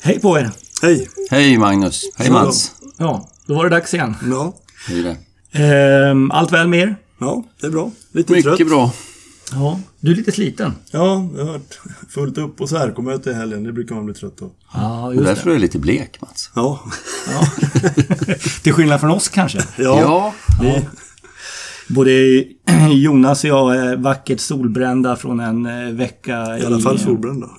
Hej på er! Hej! Hej Magnus! Hej Mats! Ja, då var det dags igen. Ja, Hur är det? Allt väl med er? ja, det är bra. Lite Mycket trött. bra. Ja, du är lite sliten. Ja, jag har varit fullt upp på särkomöte i helgen. Det brukar man bli trött av. Ja, Och just därför det. är du lite blek, Mats. Ja, Till skillnad från oss kanske. ja. Både Jonas och jag är vackert solbrända från en vecka I alla fall solbrända.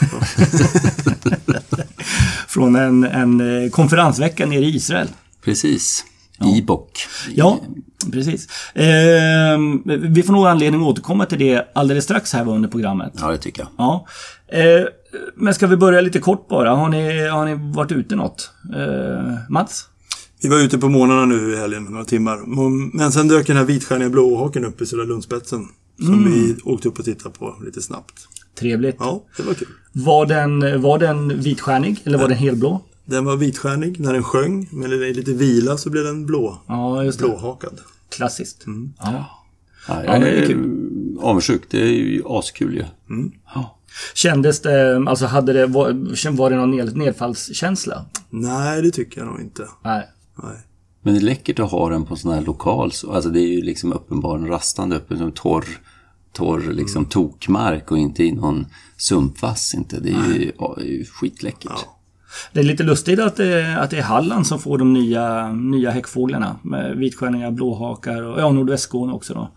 från en konferensvecka nere i Israel. Precis. I bock. Ja, precis. Vi får nog anledning att återkomma till det alldeles strax här under programmet. Ja, det tycker jag. Ja. Men ska vi börja lite kort bara? Har ni varit ute något? Mats? Vi var ute på morgnarna nu i helgen, några timmar. Men sen dök den här vitstjärniga blåhaken upp i Södra Lundspetsen. Som vi åkte upp och tittade på lite snabbt. Trevligt. Ja, det var kul. Var den vitstjärnig eller var den helblå? Den var vitstjärnig när den sjöng. Men när det är lite vila så blev den Ja, just det. blåhakad. Klassiskt. Ja. Ja, Ja, men det är jag är kul. avundsjuk. Det är ju askul ju. Ja. Kändes det, alltså var det någon nedfallskänsla? Nej, det tycker jag nog inte. Nej. Nej. Men det är läckert att ha den på en sån här lokal. Alltså det är ju liksom uppenbarligen rastande uppe som torr liksom tokmark och inte i någon sumpvass inte. Det är ju skitläckert. Ja. Det är lite lustigt att det är Halland som får de nya häckfåglarna med vitstjärniga blåhakar och nordvästskåne också då.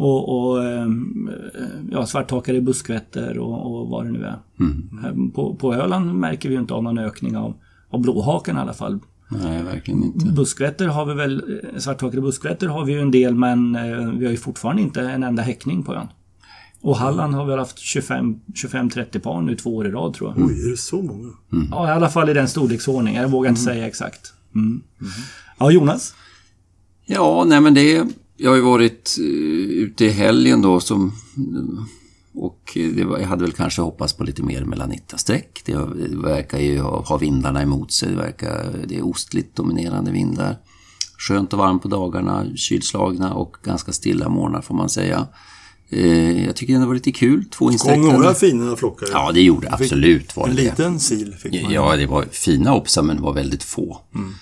Och svarthakare buskvätter och vad det nu är. Här på Öland märker vi ju inte av någon ökning av blåhaken i alla fall. Nej, verkligen inte. Buskvätter har vi väl, svarthakare buskvätter har vi ju en del, men vi har ju fortfarande inte en enda häckning på ön. Och Halland har väl haft 25-30 par nu 2 år i rad tror jag. Oj, är det så många? Ja, i alla fall i den storleksordningen. Jag vågar inte säga exakt. Ja, Jonas? Ja, nej men jag har ju varit ute i helgen då och jag hade väl kanske hoppats på lite mer Melanita-sträck. Det verkar ju ha vindarna emot sig. Det är ostligt dominerande vindar. Skönt och varmt på dagarna, kylslagna och ganska stilla morgnar får man säga. Jag tycker det var lite kul. 2 insträckande. Kom några fina flockar? Ja, det gjorde absolut. Var en det. liten sil fick man. Ja, det var fina opsa men det var väldigt få.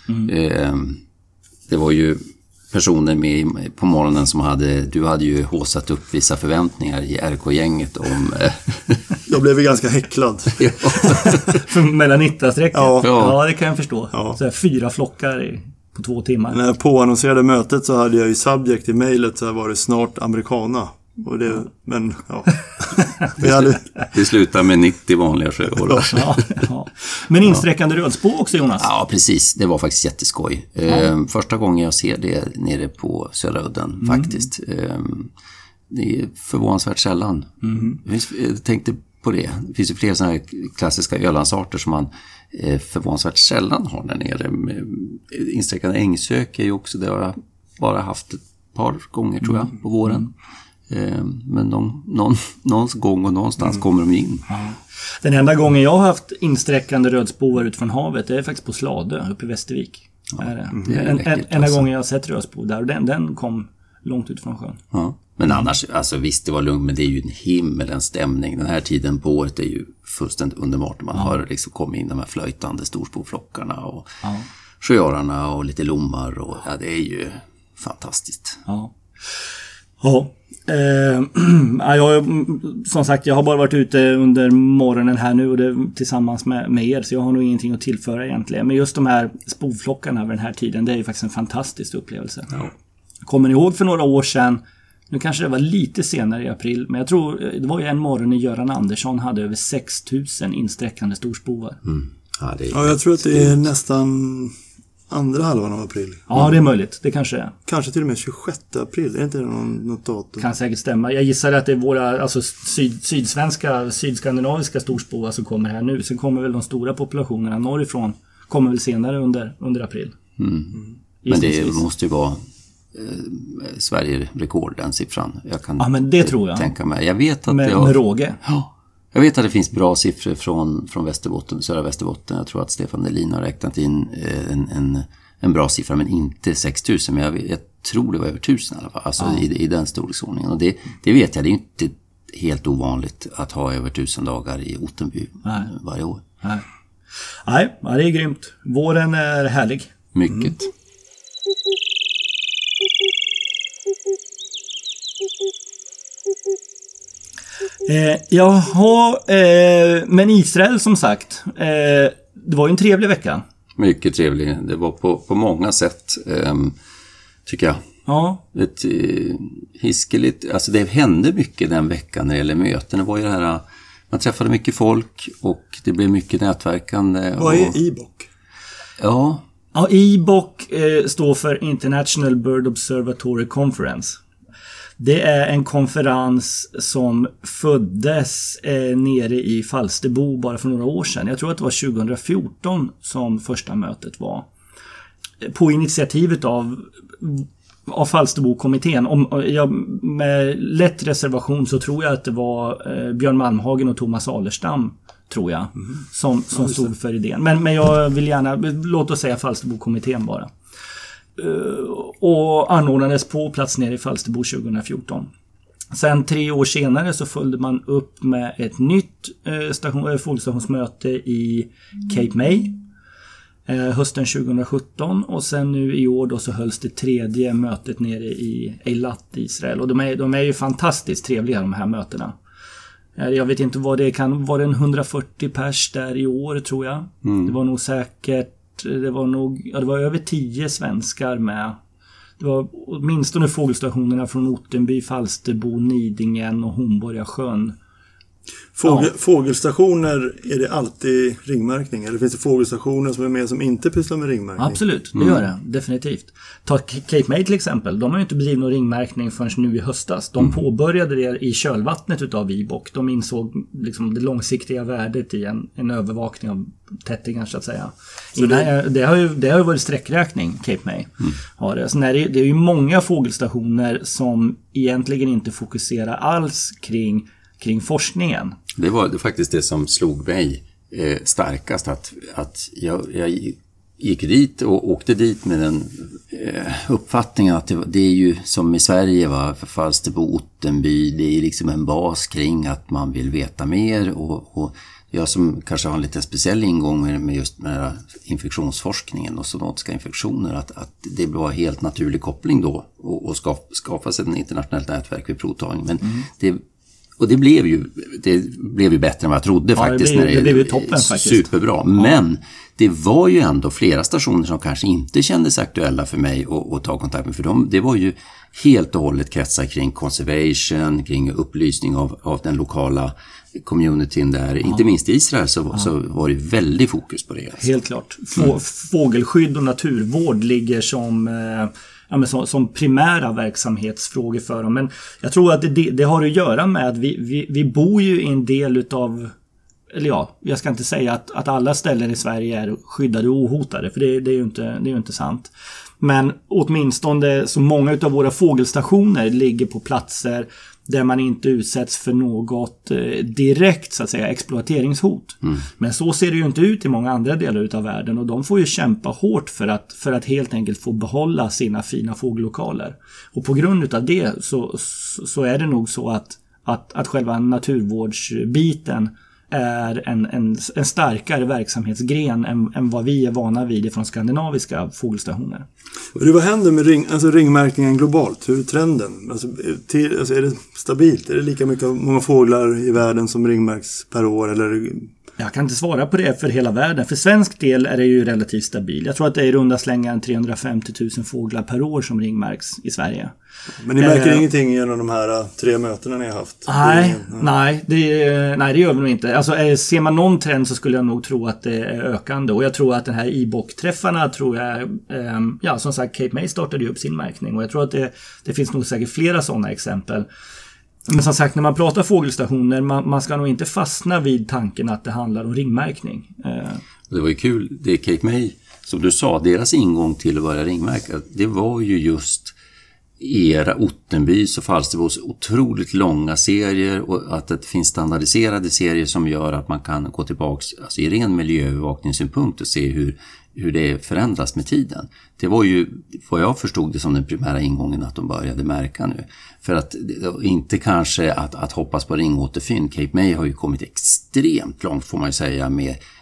Det var ju personer med på morgonen som du hade ju håsat upp vissa förväntningar i RK-gänget om... Då blev vi ganska häcklad. För Melanita-sträcket? Ja. Ja, det kan jag förstå. Ja. Så här 4 flockar på 2 timmar. När jag påannonserade mötet så hade jag ju subject i mejlet så här var det snart americana. Och det, men ja. Det slutar med 90 vanliga sjöor. Ja. Men insträckande rödspå också, Jonas? Ja, precis. Det var faktiskt jätteskoj. Första gången jag ser det nere på Södra udden faktiskt. Det är förvånansvärt sällan. Jag tänkte på det. Det finns ju fler sådana här klassiska ölandsarter som man förvånansvärt sällan har där nere. Insträckande ängsök är ju också, det har jag bara haft ett par gånger tror jag på våren. Men någon gång och någonstans kommer de in. Den enda gången jag har haft insträckande rödspår ut från havet det är faktiskt på Sladö uppe i Västervik. Det är läckert, enda gången jag har sett rödspår där och den kom långt ut från sjön. Ja. Men annars, alltså visst det var lugnt men det är ju en himmelens stämning. Den här tiden på året är ju fullständigt underbart. Man har liksom kommit in de här flöjtande storspåflockarna och sjöararna och lite lommar och det är ju fantastiskt. Ja. Som sagt, jag har bara varit ute under morgonen här nu och det tillsammans med er, så jag har nog ingenting att tillföra egentligen. Men just de här spovflockarna över den här tiden, det är ju faktiskt en fantastisk upplevelse. Kommer ni ihåg för några år sedan, nu kanske det var lite senare i april, men jag tror det var ju en morgon när Göran Andersson hade över 6000 insträckande storspovar. Ja, jag tror att det är nästan andra halvan av april. Ja, det är möjligt. Det kanske är. Kanske till och med 26 april. Är det inte något datum? Kan säkert stämma. Jag gissar att det är våra sydskandinaviska storspovar som kommer här nu. Sen kommer väl de stora populationerna norrifrån kommer väl senare under april. Men det måste ju vara Sverige-rekord den siffran. Jag kan men det tror jag. Tänka mig. Jag vet att med råge. Ja. Jag vet att det finns bra siffror från Västerbotten, södra Västerbotten. Jag tror att Stefan Delin har räknat in en bra siffra, men inte 6000. Men jag tror det var över 1000 i alla fall. Alltså i den storleksordningen. Och det vet jag, det är inte helt ovanligt att ha över 1000 dagar i Ottenby varje år. Nej. Nej, det är grymt. Våren är härlig. Mycket. Men Israel som sagt, det var ju en trevlig vecka. Mycket trevlig. Det var på många sätt, tycker jag. Ja. Ett hiskeligt, alltså det hände mycket den veckan när det gäller möten. Det var ju det här, man träffade mycket folk och det blev mycket nätverkande. Vad är IBOC? Ja, IBOC står för International Bird Observatory Conference. Det är en konferens som föddes nere i Falsterbo bara för några år sedan. Jag tror att det var 2014 som första mötet var. På initiativet av Falsterbo-kommittén. Med lätt reservation så tror jag att det var Björn Malmhagen och Thomas Alerstam, tror jag, som stod för idén. Men jag vill gärna, låt oss säga Falsterbo-kommittén bara. Och anordnades på plats nere i Falsterbo 2014. Sen 3 år senare så följde man upp med ett nytt fågelstationsmöte i Cape May hösten 2017, och sen nu i år då så hölls det 3:e mötet nere i Eilat, Israel, och de är ju fantastiskt trevliga, de här mötena. Jag vet inte vad det kan vara, en 140 pers där i år, tror jag. Det var nog säkert, det var över 10 svenskar med. Det var åtminstone fågelstationerna från Ottenby, Falsterbo, Nidingen och Hornborgasjön. Fågelstationer, är det alltid ringmärkning? Eller finns det fågelstationer som är med som inte pysslar med ringmärkning? Absolut, det gör det. Definitivt. Ta Cape May till exempel. De har ju inte bedrivit någon ringmärkning förrän nu i höstas. De påbörjade det i kölvattnet utav IBOC. De insåg liksom det långsiktiga värdet i en övervakning av tättringar, så att säga. Så det har ju varit sträckräkning, Cape May. Har det. Så det är ju många fågelstationer som egentligen inte fokuserar alls kring forskningen. Det var faktiskt det som slog mig starkast, att jag gick dit och åkte dit med den uppfattningen att det är ju som i Sverige, för Falsterbo, Ottenby, det är liksom en bas kring att man vill veta mer, och jag som kanske har en lite speciell ingång med just med infektionsforskningen och zoonotiska infektioner, att det var helt naturlig koppling då och skapa sig ett internationellt nätverk vid provtagning. Men det blev ju bättre än vad jag trodde, faktiskt. Det blev ju toppen faktiskt. Superbra. Ja. Men det var ju ändå flera stationer som kanske inte kändes aktuella för mig att ta kontakt med. För det var ju helt och hållet kretsar kring conservation, kring upplysning av den lokala communityn där. Ja. Inte minst i Israel så var det väldigt fokus på det. Helt klart. Fågelskydd och naturvård ligger som primära verksamhetsfrågor för dem. Men jag tror att det har att göra med att vi bor ju i en del utav, eller jag ska inte säga att alla ställen i Sverige är skyddade och ohotade, för det är ju inte sant. Men åtminstone så många utav våra fågelstationer ligger på platser där man inte utsätts för något direkt, så att säga, exploateringshot. Men så ser det ju inte ut i många andra delar utav världen, och de får ju kämpa hårt för att helt enkelt få behålla sina fina fågellokaler. Och på grund utav det så är det nog så att själva naturvårdsbiten är en starkare verksamhetsgren än vad vi är vana vid från skandinaviska fågelstationer. Vad händer med ringmärkningen globalt? Hur är trenden? Alltså, är det stabilt? Är det lika många fåglar i världen som ringmärks per år? Eller? Jag kan inte svara på det för hela världen. För svensk del är det ju relativt stabil. Jag tror att det är i runda slängar 350 000 fåglar per år som ringmärks i Sverige. Men ni märker ingenting genom de här 3 mötena ni har haft? Nej, det gör vi nog inte. Alltså, ser man någon trend så skulle jag nog tro att det är ökande. Och jag tror att den här IBOC-träffarna, tror jag, som sagt, Cape May startade ju upp sin märkning. Och jag tror att det finns nog säkert flera sådana exempel. Men som sagt, när man pratar fågelstationer, man ska nog inte fastna vid tanken att det handlar om ringmärkning. Det var ju kul, det Cape May, som du sa, deras ingång till att börja ringmärka, det var ju just era Ottenbys och Falsterbos otroligt långa serier, och att det finns standardiserade serier som gör att man kan gå tillbaka, alltså i ren miljöövervakningssynpunkt, och se hur det förändras med tiden. Det var ju, vad jag förstod det, som den primära ingången att de började märka nu. För att inte kanske att hoppas på ringåterfynd. Cape May har ju kommit extremt långt, får man ju säga, med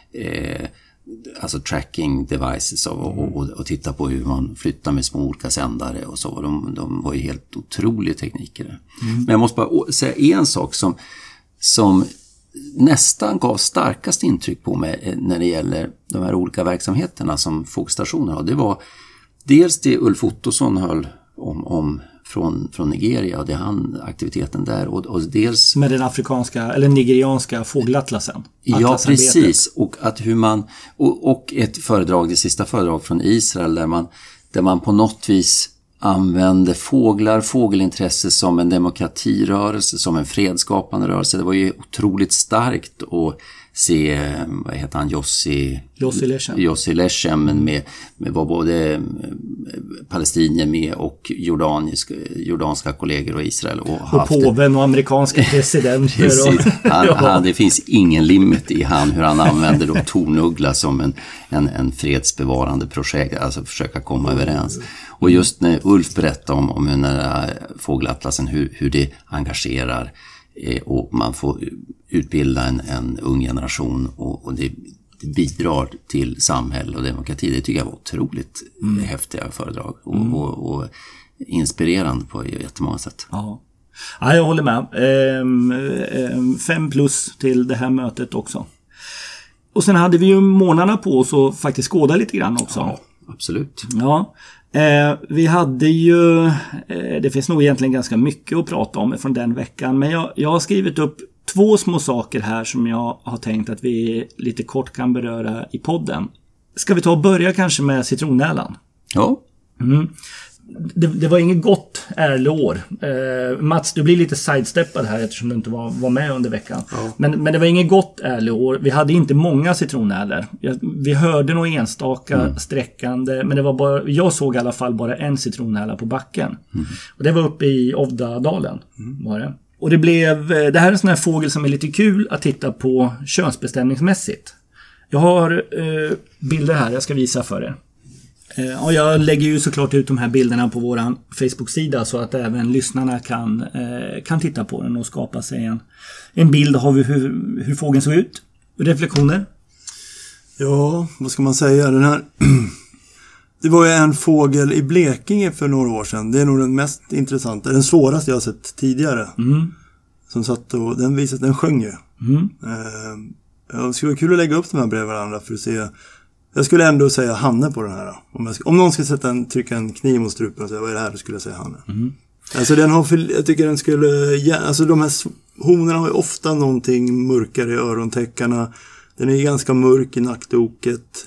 alltså tracking devices och titta på hur man flyttar med små olika sändare och så. De var ju helt otroliga tekniker. Men jag måste bara säga en sak som nästan gav starkast intryck på mig när det gäller de här olika verksamheterna som fågelstationen har. Det var dels det Ulf Ottosson höll om från Nigeria och det aktiviteten där och dels med den afrikanska eller nigerianska fågelatlasen. Ja, precis, och att hur man och ett föredrag, det sista föredrag från Israel där man på något vis använde fågelintresse som en demokratirörelse, som en fredsskapande rörelse. Det var ju otroligt starkt att se, vad heter han, Yossi Lechem med var både palestinier med och jordanska kollegor och Israel. Och påven och amerikanska presidenter. Det finns ingen limit i hur han använder då tornuggla som en fredsbevarande projekt, alltså försöka komma överens. Och just när Ulf berättade om den här fågelatlasen, hur det engagerar och man får utbilda en ung generation och det bidrar till samhälle och demokrati. Det tycker jag var otroligt häftiga föredrag och inspirerande på jättemånga sätt. Ja, jag håller med. 5+ till det här mötet också. Och sen hade vi ju månaderna på oss att faktiskt skåda lite grann också. Ja, absolut. Ja. Vi hade ju, det finns nog egentligen ganska mycket att prata om från den veckan, men jag har skrivit upp 2 små saker här som jag har tänkt att vi lite kort kan beröra i podden. Ska vi ta och börja kanske med citronnälan? Ja. Det var inget gott ärlår. Mats, du blir lite sidesteppad här eftersom du inte var med under veckan. Ja. Men det var inget gott ärlår. Vi hade inte många citronnäler. Vi hörde nog enstaka sträckande, men det var bara, jag såg i alla fall bara en citronnäla på backen. Och det var uppe i Ovdadalen var det. Och det här är en sån här fågel som är lite kul att titta på könsbestämningsmässigt. Jag har bilder här jag ska visa för er. Och jag lägger ju såklart ut de här bilderna på våran Facebook-sida så att även lyssnarna kan titta på den och skapa sig en bild av hur fågeln såg ut. Reflektioner? Ja, vad ska man säga? Det var ju en fågel i Blekinge för några år sedan. Det är nog den mest intressanta, den svåraste jag har sett tidigare. Som satt och den sjöng ju. Det skulle vara kul att lägga upp de här bredvid varandra för att se. Jag skulle ändå säga Hanne på den här. Om någon ska trycka en kniv mot strupen och säga vad är det här, då skulle jag säga Hanne. Alltså jag tycker den skulle, alltså de här honorna har ju ofta någonting mörkare i örontäckarna. Den är ganska mörk i nackdoket.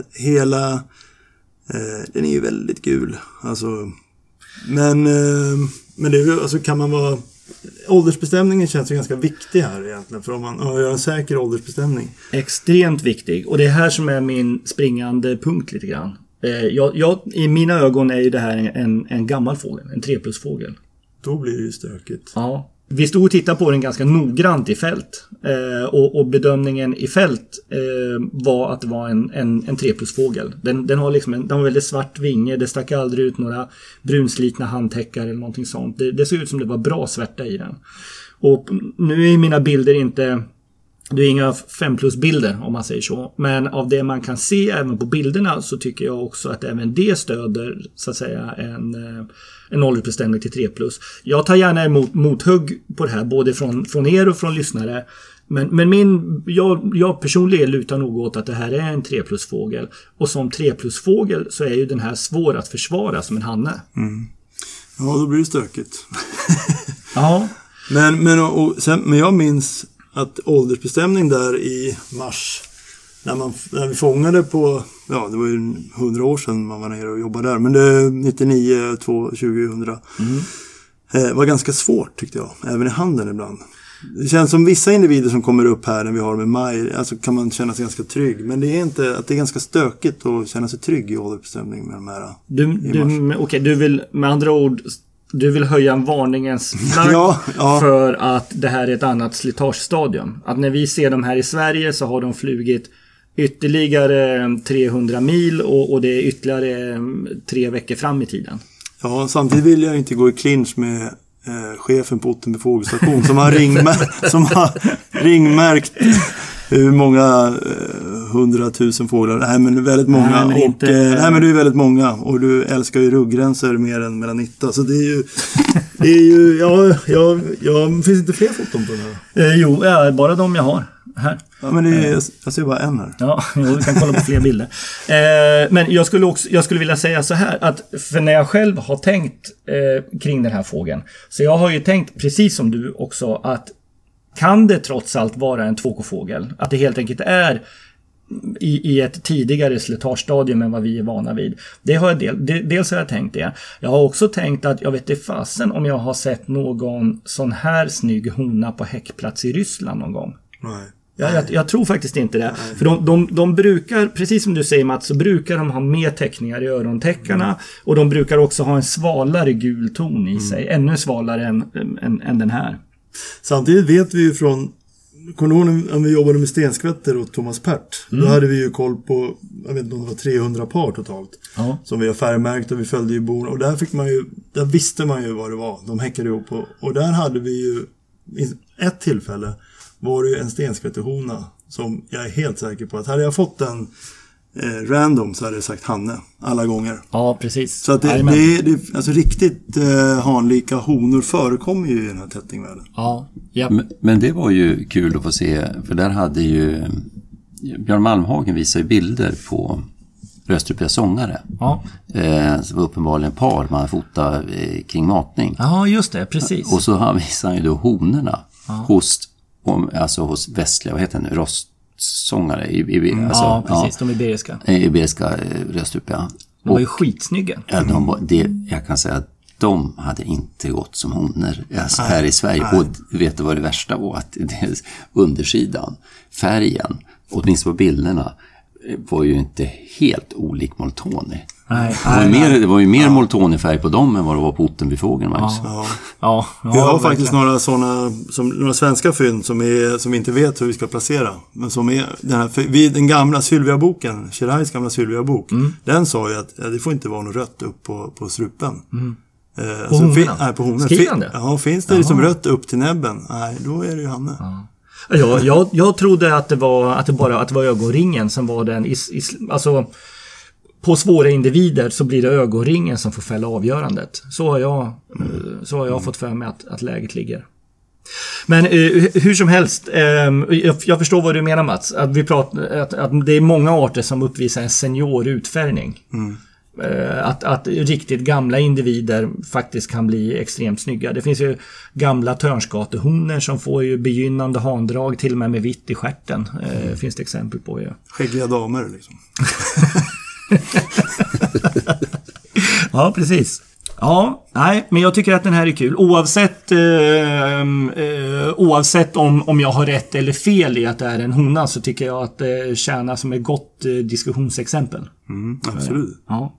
Den är ju väldigt gul. Alltså, men det är ju, alltså kan man vara, åldersbestämningen känns ju ganska viktig här egentligen, för om man gör en säker åldersbestämning. Extremt viktig, och det är här som är min springande punkt lite grann. I mina ögon är ju det här en gammal fågel, en 3+-fågel. Då blir det ju stökigt. Ja. Vi stod och tittade på den ganska noggrant i fält. Och bedömningen i fält var att det var en 3+-fågel. Den har liksom den har väldigt svart vinge. Det stack aldrig ut några brunslitna handtäckar eller någonting sånt. Det såg ut som det var bra svärta i den. Och nu är mina bilder inte... Det är inga 5+-bilder om man säger så. Men av det man kan se även på bilderna så tycker jag också att även det stöder så att säga en åldersbestämning till 3+. Jag tar gärna emot mothugg på det här både från er och från lyssnare. Men jag personligen lutar nog åt att det här är en 3+-fågel. Och som 3+-fågel så är ju den här svår att försvara som en hanne. Ja, då blir det stökigt. Ja. Men jag minns att åldersbestämning där i mars när vi fångade på, ja det var ju 100 år sedan man var nere och jobbade där, men det 99, 2000 var ganska svårt tyckte jag, även i handen ibland. Det känns som vissa individer som kommer upp här när vi har med maj, alltså kan man känna sig ganska trygg, men det är inte att det är ganska stökigt att känna sig trygg i åldersbestämning med de här. Okej, du vill med andra ord du vill höja en varningens flagg för att det här är ett annat slitagestadium. Att när vi ser dem här i Sverige så har de flugit ytterligare 300 mil och det är ytterligare 3 veckor fram i tiden. Ja, samtidigt vill jag inte gå i clinch med chefen på Ottenby fågelstation som har ringmärkt hur många 100 000 fåglar. Nej, men väldigt många. Nej, men du är väldigt många. Och du älskar ju rugggränser mer än melanitta. Så det är ju... finns inte fler foton på den här? Jo, bara de jag har här. Ja, men jag ser bara en här. Ja, vi kan kolla på fler bilder. Men jag skulle vilja säga så här, att för när jag själv har tänkt kring den här fågeln, så jag har ju tänkt precis som du också, att kan det trots allt vara en tvåkofågel? Att det helt enkelt är i ett tidigare slätagestadium än vad vi är vana vid. Det har jag dels har jag tänkt det. Jag har också tänkt att jag vet inte fasen om jag har sett någon sån här snygg hona på häckplats i Ryssland någon gång. Nej. Jag tror faktiskt inte det. För de brukar, precis som du säger Mats, så brukar de ha mer teckningar i örontäckarna. Och de brukar också ha en svalare gul ton i sig. Ännu svalare än den här. Samtidigt vet vi ju från... Kommer du ihåg när vi jobbade med stenskvätter och Thomas Pert? Då hade vi ju koll på, jag vet inte om det var 300 par totalt. Ja. Som vi har färgmärkt och vi följde ju bon. Och där visste man ju vad det var. De häckade ihop på. Och där hade vi ju, ett tillfälle var det ju en stenskvätterhona som jag är helt säker på att hade jag fått den random så hade jag sagt Hanne alla gånger. Ja, precis. Så att det alltså riktigt hanlika honor förekommer ju i den här tättingvärlden. Ja, ja. Men det var ju kul att få se, för där hade ju Björn Malmhagen visade ju bilder på rödstrupiga sångare. Ja. Så var uppenbarligen par man fotat kring matning. Ja, just det, precis. Och så visade han ju då honorna hos västliga, vad heter det nu, rostsångare ja, precis, de iberiska. Iberiska rödstrupiga. De var ju skitsnygga. Ja, jag kan säga att de hade inte gått som honor här i Sverige. Och vet du vad det värsta var? Att undersidan, färgen, åtminstone på bilderna, var ju inte helt olik Moltoni. Det var ju mer Moltoni-färg på dem än vad det var på Ottenbyfågeln. Ja, vi har faktiskt några sådana, några svenska fynd som vi inte vet hur vi ska placera. Men som är den gamla Sylvia-boken, Cherhais gamla Sylvia-bok, den sa ju att det får inte vara något rött upp på strupen. På honorna? På honorna. Skrivande? Ja, finns det liksom rött upp till näbben? Nej, då är det ju Hanne. Ja. Jag trodde att det var ögonringen som var den alltså på svåra individer så blir det ögonringen som får fälla avgörandet. Så har jag fått för mig att läget ligger. Men hur som helst, jag förstår vad du menar Mats. Att vi pratar att det är många arter som uppvisar en seniorutfärgning. Att riktigt gamla individer faktiskt kan bli extremt snygga. Det finns ju gamla törnskatehonor som får ju begynnande handrag till och med vitt i stjärten. Finns det exempel på ju. Skäggiga damer liksom. Ja, precis. Ja, nej, men jag tycker att den här är kul. Oavsett om jag har rätt eller fel i att det är en hona, så tycker jag att det tjänar som ett gott diskussionsexempel. Absolut. Ja.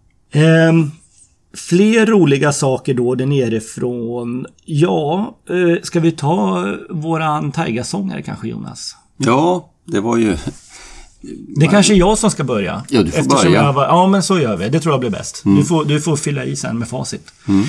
Fler roliga saker då där nerifrån. Ja, ska vi ta våran taigasångare kanske, Jonas? Ja, det var ju... Det är kanske jag som ska börja. Ja, du får börja. Ja, men så gör vi. Det tror jag blir bäst. Du får fylla i sen med facit.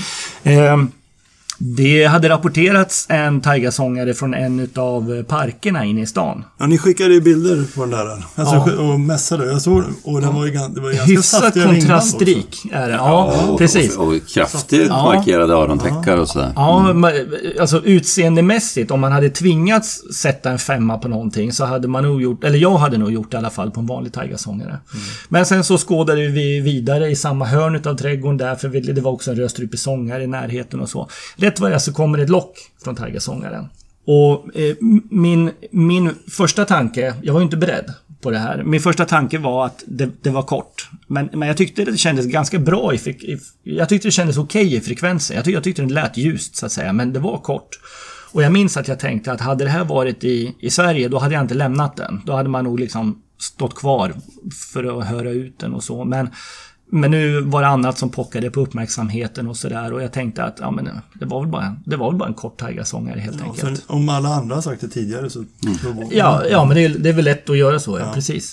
Det hade rapporterats en taigasångare från en av parkerna inne i stan. Ja, ni skickade ju bilder på den där. Alltså, och mässade. Jag såg och det var ganska hyfsat kontrastrik är det. Ja, precis. Och kraftigt markerade örontäckar och sådär. Ja, alltså utseendemässigt, om man hade tvingats sätta en 5 på någonting, så hade man nog gjort, eller jag hade nog gjort i alla fall på en vanlig taigasångare. Men sen så skådade vi vidare i samma hörn av trädgården där, för det var också en rödstrupig sångare i närheten och så. Rätt vad det är så kommer ett lock från taigasångaren. Och min första tanke, jag var ju inte beredd på det här. Min första tanke var att det var kort. Men jag tyckte det kändes ganska bra jag tyckte det kändes okej i frekvensen. Jag tyckte det lät ljust så att säga, men det var kort. Och jag minns att jag tänkte att hade det här varit i Sverige, då hade jag inte lämnat den. Då hade man nog liksom stått kvar för att höra ut den och så. Men nu var det annat som pockade på uppmärksamheten och sådär. Och jag tänkte att det var väl bara en kort taigasångare helt enkelt. Sen, om alla andra har sagt det tidigare så... Ja, men det är väl lätt att göra så, ja. Precis.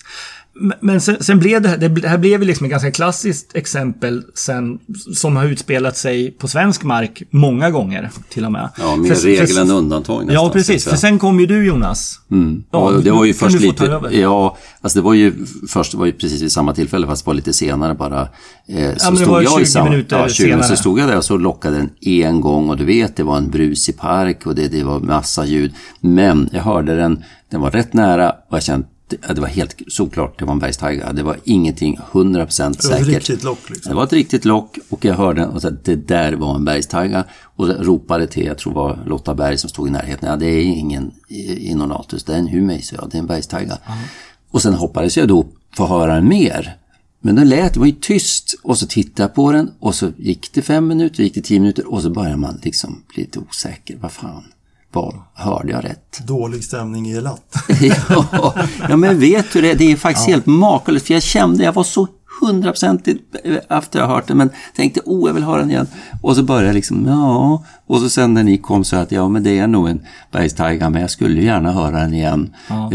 Men sen blev det här blev liksom ett ganska klassiskt exempel sen, som har utspelat sig på svensk mark många gånger till och med. Ja, mer regel än undantag nästan. Ja, precis. För sen kom ju du, Jonas. Ja, det var ju först lite... Ja, alltså det var ju precis vid samma tillfälle, fast det var lite senare bara. Så stod jag 20 minuter senare. Så stod jag där och så lockade den en gång, och du vet, det var en brusig park och det var massa ljud. Men jag hörde den var rätt nära och jag kände det var helt såklart, det var en bergstaiga. Det var ingenting 100% säkert. Det var ett riktigt lock liksom. Det var ett riktigt lock, och jag hörde och sa att det där var en bergstaiga, och ropade till, jag tror det var Lotta Berg som stod i närheten. Ja, det är ingen Inonatus, det är en Humei, så det är en bergstaiga. Och sen hoppades jag då få höra den mer. Men den det var ju tyst, och så tittade jag på den, och så gick det 5 minuter, gick det 10 minuter, och så började man liksom bli lite osäker. Vad fan? Hörde jag rätt? Dålig stämning i Elatt. Ja, men vet du det? Det är faktiskt helt makalöst. För jag var så 100% efter jag hört det, men tänkte, jag vill höra den igen. Och så började jag liksom, och så sen när ni kom så att, men det är nog en bergstaiga, men jag skulle gärna höra den igen.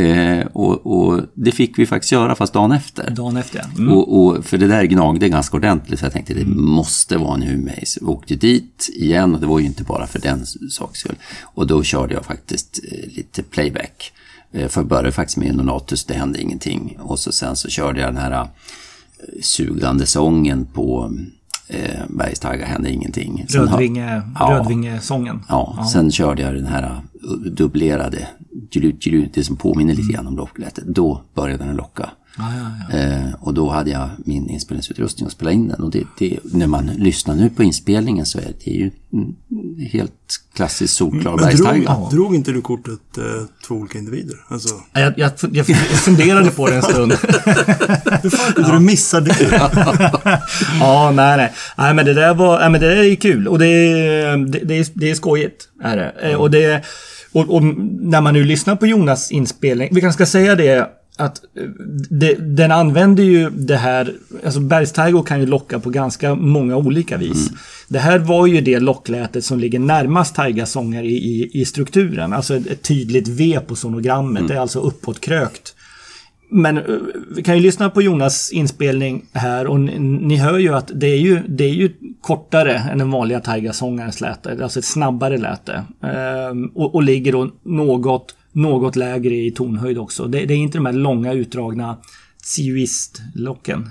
Och det fick vi faktiskt göra, fast dagen efter. Och för det där gnagde ganska ordentligt, så jag tänkte, det måste vara en Humei. Så vi åkte dit igen, och det var ju inte bara för den sakens skull. Och då körde jag faktiskt lite playback. För jag började faktiskt med Inonatus, det hände ingenting. Och sen så körde jag den här sugande sången på bergstaiga, hände ingenting. Rödvingesången. Ja, sen körde jag den här dubblerade, det som påminner lite grann om locklätet. Då började den locka. Och då hade jag min inspelningsutrustning och spela in den. Och det, när man lyssnar nu på inspelningen, så är det ju helt klassiskt solklar bergstaiga. Drog inte du kortet 2 olika individer? Alltså... Jag funderade på det en stund. Hur fan kunde du missa det? Nej, men det där är ju kul. Och det är skojigt. Är det. Och när man nu lyssnar på Jonas inspelning, vi kanske ska säga det, att den använder ju det här, alltså bergstaiga kan ju locka på ganska många olika vis. Det här var ju det locklätet som ligger närmast taigasånger i strukturen, alltså ett tydligt V på sonogrammet, det är alltså uppåtkrökt. Men vi kan ju lyssna på Jonas inspelning här, och ni hör ju att det är ju kortare än den vanliga taigasångarens läte, alltså ett snabbare läte, och ligger då något lägre i tonhöjd också. Det är inte de här långa utdragna tsiuist-locken.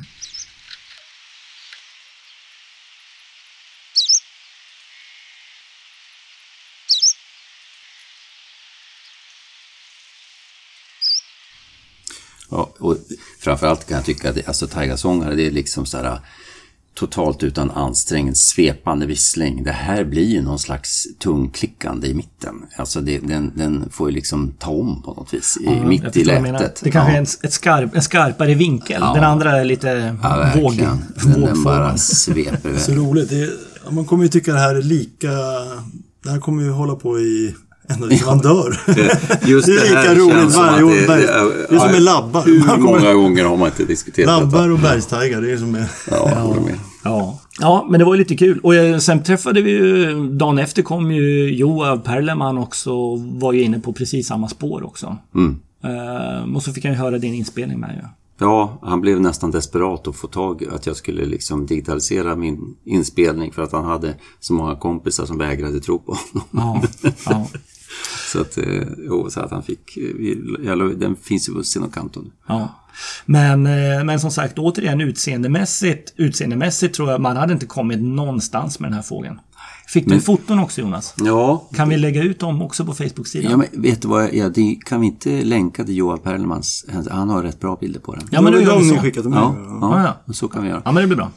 Ja, och framförallt kan jag tycka att alltså taigasångare, det är liksom så här totalt utan ansträngning, svepande vissling. Det här blir ju någon slags tungklickande i mitten. Alltså den får ju liksom ta om på något vis mitt i lätet. Det kanske är en skarpare vinkel. Den andra är lite vågig. Den bara sveper. Så roligt. Man kommer ju tycka det här är lika... Det här kommer ju hålla på i... Ända tills man dör. Just det är lika roligt varje år. Det är som med labbar. Hur många gånger har man inte diskuterat labbar och bergstaiga, det är som är... Ja, men det var ju lite kul. Och sen träffade vi ju, dagen efter kom ju Joav Perleman också, och var ju inne på precis samma spår också. Och så fick jag ju höra din inspelning med ju. Ja, han blev nästan desperat att få tag att jag skulle liksom digitalisera min inspelning, för att han hade så många kompisar som vägrade tro på honom. Ja. Så att han fick, den finns ju på Senokanton. Ja. Men som sagt, återigen utseendemässigt tror jag man hade inte kommit någonstans med den här fågeln. Fick du foton också, Jonas? Ja. Kan vi lägga ut dem också på Facebook-sidan? Ja, men vet du vad, det kan vi inte länka till Johan Perlemans? Han har rätt bra bilder på den. Ja, men det gör vi så. Skickat Så kan vi göra. Ja, men det blir bra.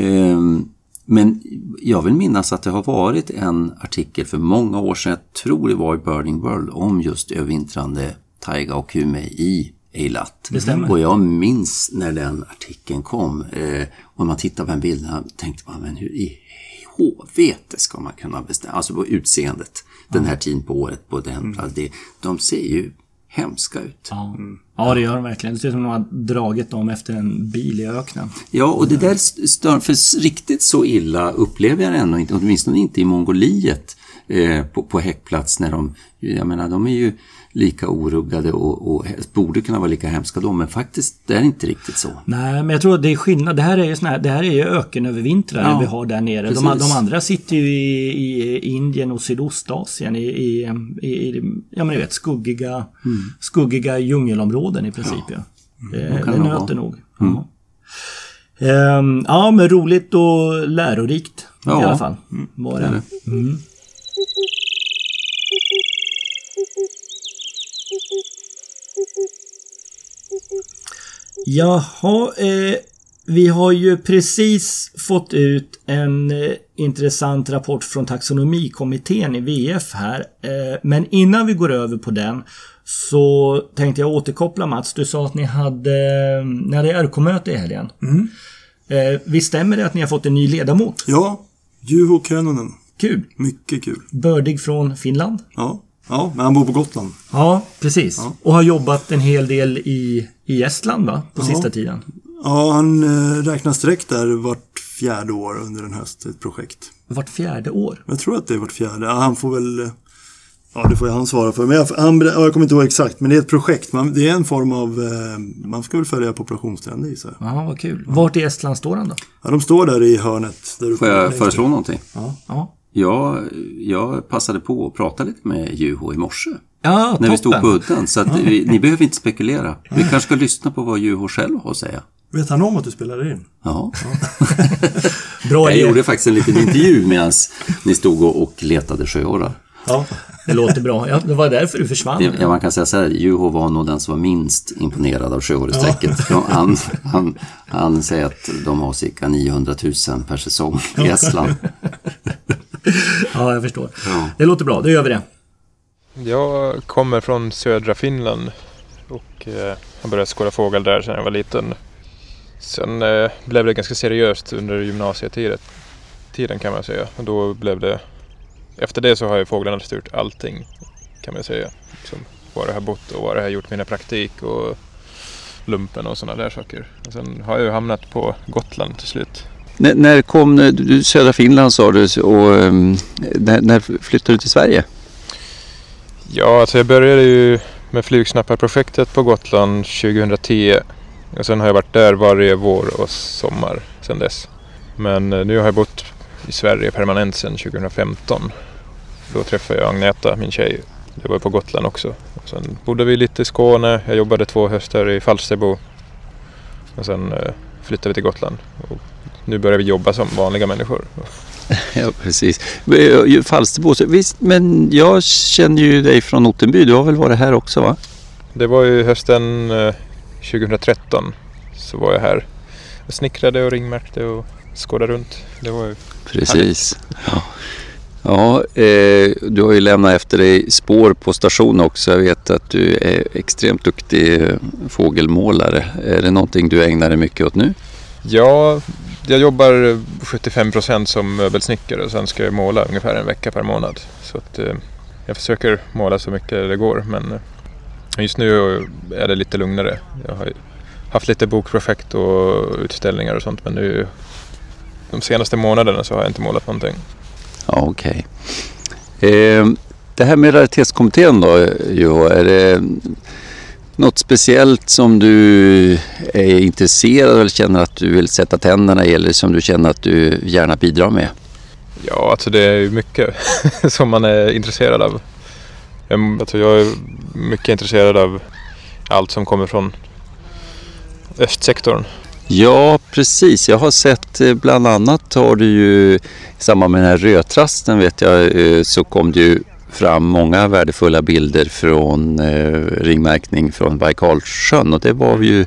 Men jag vill minnas att det har varit en artikel för många år sedan, jag tror det var i Birding World, om just övervintrande taiga och Humei i Eilat. Det stämmer. Och jag minns när den artikeln kom, och man tittar på en bild och tänkte man, men hur i HVT ska man kunna bestämma, alltså på utseendet den här tiden på året på den platsen, de ser ju hemska ut. Ja, det gör de verkligen. Det ser ut som att de har dragit dem efter en bil i öknen. Ja, och det där stör, för riktigt så illa upplever jag det ändå inte, åtminstone inte i Mongoliet. på häckplats när jag menar, de är ju lika oruggade och borde kunna vara lika hemska då, men faktiskt det är inte riktigt så. Nej, men jag tror att det är skillnad. Det här är ju ökenövervintrare vi har där nere. De andra sitter ju i Indien och Sydostasien i ja, men ni vet, skuggiga djungelområden i princip. Ja. Det nöter nog. Ja, men roligt och lärorikt i alla fall. Var det. Jaha, vi har ju precis fått ut en intressant rapport från taxonomikommittén i VF här. Men innan vi går över på den så tänkte jag återkoppla, Mats. Du sa att ni hade RK-möte i helgen. Visst stämmer det att ni har fått en ny ledamot? Ja, Juho Könönen. Kul. Mycket kul. Bördig från Finland? Ja, men han bor på Gotland. Ja, precis. Ja. Och har jobbat en hel del i Estland, va? På sista tiden. Ja, han räknar sträck där vart 4:e år under en höst, ett projekt. Vart 4:e år? Jag tror att det är vart 4:e. Ja, han får väl... Ja, det får jag han svara för. Men jag kommer inte ihåg exakt, men det är ett projekt. Det är en form av... man ska väl följa populationstrender i sig. Ja, vad kul. Vart i Estland står han då? Ja, de står där i hörnet. Där får jag föreslå någonting? Ja. Jag passade på att prata lite med Juho i morse. Ja, när vi stod på udden. Så att ni behöver inte spekulera. Vi kanske ska lyssna på vad Juho själv har att säga. Vet han om att du spelade in? Ja. Bra jag gjorde faktiskt en liten intervju medan ni stod och letade sjöorrar. Ja, det låter bra. Ja, det var därför du försvann. Ja, man kan säga så här, Juho var nog den som var minst imponerad av sjöorresträcket. Ja. Han säger att de har cirka 900 000 per säsong i Estland. Ja, jag förstår. Ja. Det låter bra, då gör vi det. Jag kommer från södra Finland och har börjat skåda fågel där sedan jag var liten. Sen blev det ganska seriöst under gymnasietiden kan man säga. Och då blev det... Efter det så har ju fåglarna styrt allting kan man säga. Liksom, var jag har bott och var jag har gjort mina praktik och lumpen och sådana där saker. Och sen har jag ju hamnat på Gotland till slut. När kom du södra Finland sa du och när flyttade du till Sverige? Ja, alltså jag började ju med flygsnapparprojektet på Gotland 2010. Och sen har jag varit där varje vår och sommar sedan dess. Men nu har jag bott i Sverige permanent sedan 2015. Då träffade jag Agneta, min tjej. Det var på Gotland också. Och sen bodde vi lite i Skåne. Jag jobbade 2 höster i Falsterbo. Och sen flyttade vi till Gotland. Och nu börjar vi jobba som vanliga människor. Ja, precis. Falsterbo, visst, men jag känner ju dig från Ottenby. Du har väl varit här också, va? Det var ju hösten 2013 så var jag här. Jag snickrade och ringmärkte och skådade runt. Det var ju precis. Ja, du har ju lämnat efter dig spår på stationen också. Jag vet att du är extremt duktig fågelmålare. Är det någonting du ägnar dig mycket åt nu? Ja, jag jobbar 75% som möbelsnickare och sen ska jag måla ungefär en vecka per månad. Så att jag försöker måla så mycket det går, men just nu är det lite lugnare. Jag har haft lite bokprojekt och utställningar och sånt, men nu de senaste månaderna så har jag inte målat någonting. Ja, okej. Det här med raritetskommittén då, Juho, är det något speciellt som du är intresserad eller känner att du vill sätta tänderna i, eller som du känner att du gärna bidrar med? Ja, alltså det är ju mycket som man är intresserad av. Alltså jag är mycket intresserad av allt som kommer från östsektorn. Ja, precis. Jag har sett bland annat har du ju i samband med den här rödtrasten vet jag så kom det ju fram många värdefulla bilder från ringmärkning från Baikalsjön och det var ju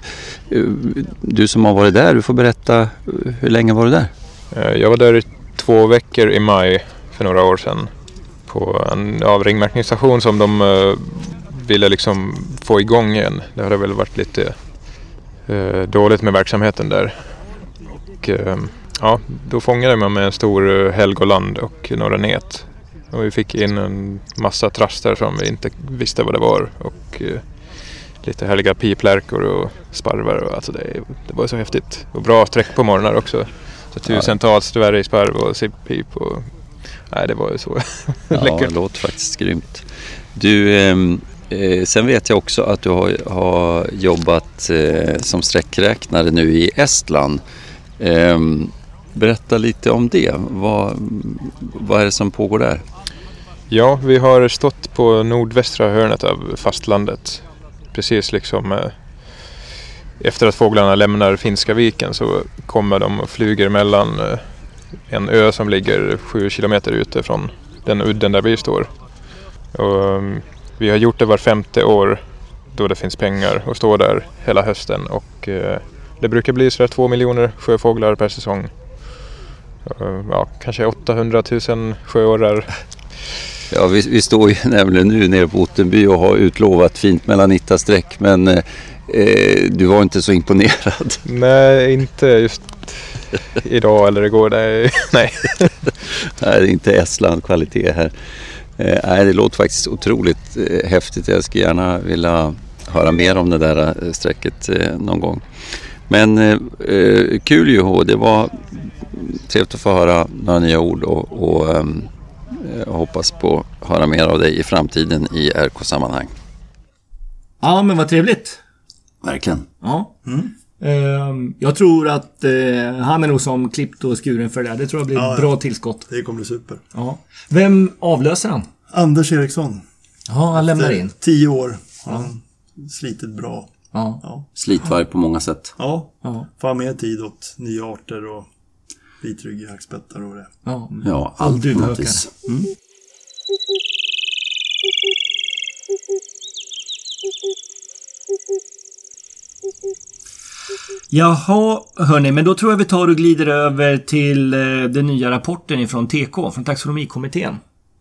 du som har varit där, du får berätta hur länge var du där? Jag var där i 2 veckor i maj för några år sedan på en ringmärkningsstation som de ville liksom få igång igen. Det hade väl varit lite dåligt med verksamheten där. Och ja, då fångade man med en stor Helgoland och några nät. Och vi fick in en massa traster som vi inte visste vad det var. Och lite härliga piplärkor och sparvar. Och alltså det var så häftigt. Och bra sträck på morgnar också. Så tusentals dvärgsparv och sippip och Nej, det var ju så Ja, läckert. det låter faktiskt grymt. Du, sen vet jag också att du har jobbat som sträckräknare nu i Estland. Berätta lite om det. Vad är det som pågår där? Ja, vi har stått på nordvästra hörnet av fastlandet. Precis liksom efter att fåglarna lämnar Finska viken så kommer de och flyger mellan en ö som ligger 7 kilometer ute från den udden där vi står. Och vi har gjort det var 5:e år då det finns pengar och står där hela hösten. Och det brukar bli sådär 2 miljoner sjöfåglar per säsong. Ja, kanske 800 000 sjöorrar. Ja, vi står ju nämligen nu nere på Ottenby och har utlovat fint Melanitta-sträck, men du var inte så imponerad. Nej, inte just idag eller igår. Nej. Nej, det är inte Estland-kvalitet här. Nej, det låter faktiskt otroligt häftigt. Jag skulle gärna vilja höra mer om det där sträcket någon gång. Men kul ju, det var trevligt att få höra några nya ord och jag hoppas på att höra mer av dig i framtiden i RK-sammanhang. Ja, men vad trevligt. Verkligen. Ja. Jag tror att han är nog som klippt och skuren för det där. Det tror jag blir ett bra tillskott. Det kommer bli super. Ja. Vem avlöser han? Anders Eriksson. Ja, han lämnar in. 10 år. Han slitit bra. Ja. Slitvarg på många sätt. Ja. Får mer tid åt nya arter och vitryggiga hackspettar och det. Ja, allt duvhökar. Jaha, hörni, men då tror jag vi tar och glider över till den nya rapporten från TK, från taxonomikommittén.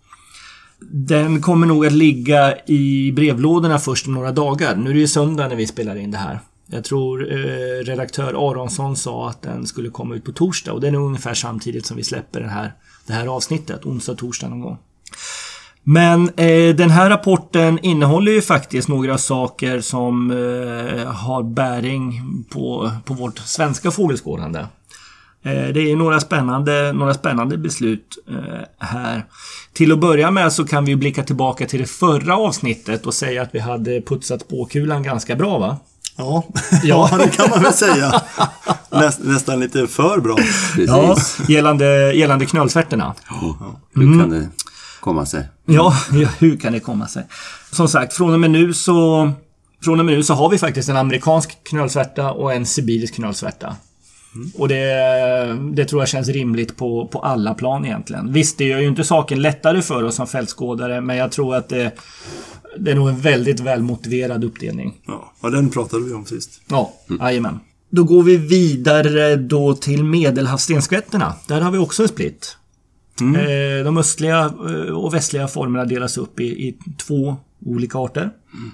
Den kommer nog att ligga i brevlådorna först om några dagar. Nu är det ju söndag när vi spelar in det här. Jag tror redaktör Aronsson sa att den skulle komma ut på torsdag, och det är nog ungefär samtidigt som vi släpper det här avsnittet, onsdag, torsdag någon gång. Men den här rapporten innehåller ju faktiskt några saker som har bäring på vårt svenska fågelskådande. Det är några spännande beslut här. Till att börja med så kan vi blicka tillbaka till det förra avsnittet och säga att vi hade putsat spåkulan ganska bra, va? Ja, det kan man väl säga. Nästan lite för bra. Precis. Ja, gällande knölsvärtorna. Hur kan det komma sig? Ja, hur kan det komma sig? Som sagt, från och med nu så har vi faktiskt en amerikansk knölsvärta och en sibirisk knölsvärta. Och det tror jag känns rimligt på alla plan egentligen. Visst, det gör ju inte saken lättare för oss som fältskådare, men jag tror att det är nog en väldigt välmotiverad uppdelning. Ja, den pratade vi om sist. Ja, jajamän. Då går vi vidare då till medelhavsstenskvätterna. Där har vi också en split. De östliga och västliga formerna delas upp i 2 olika arter.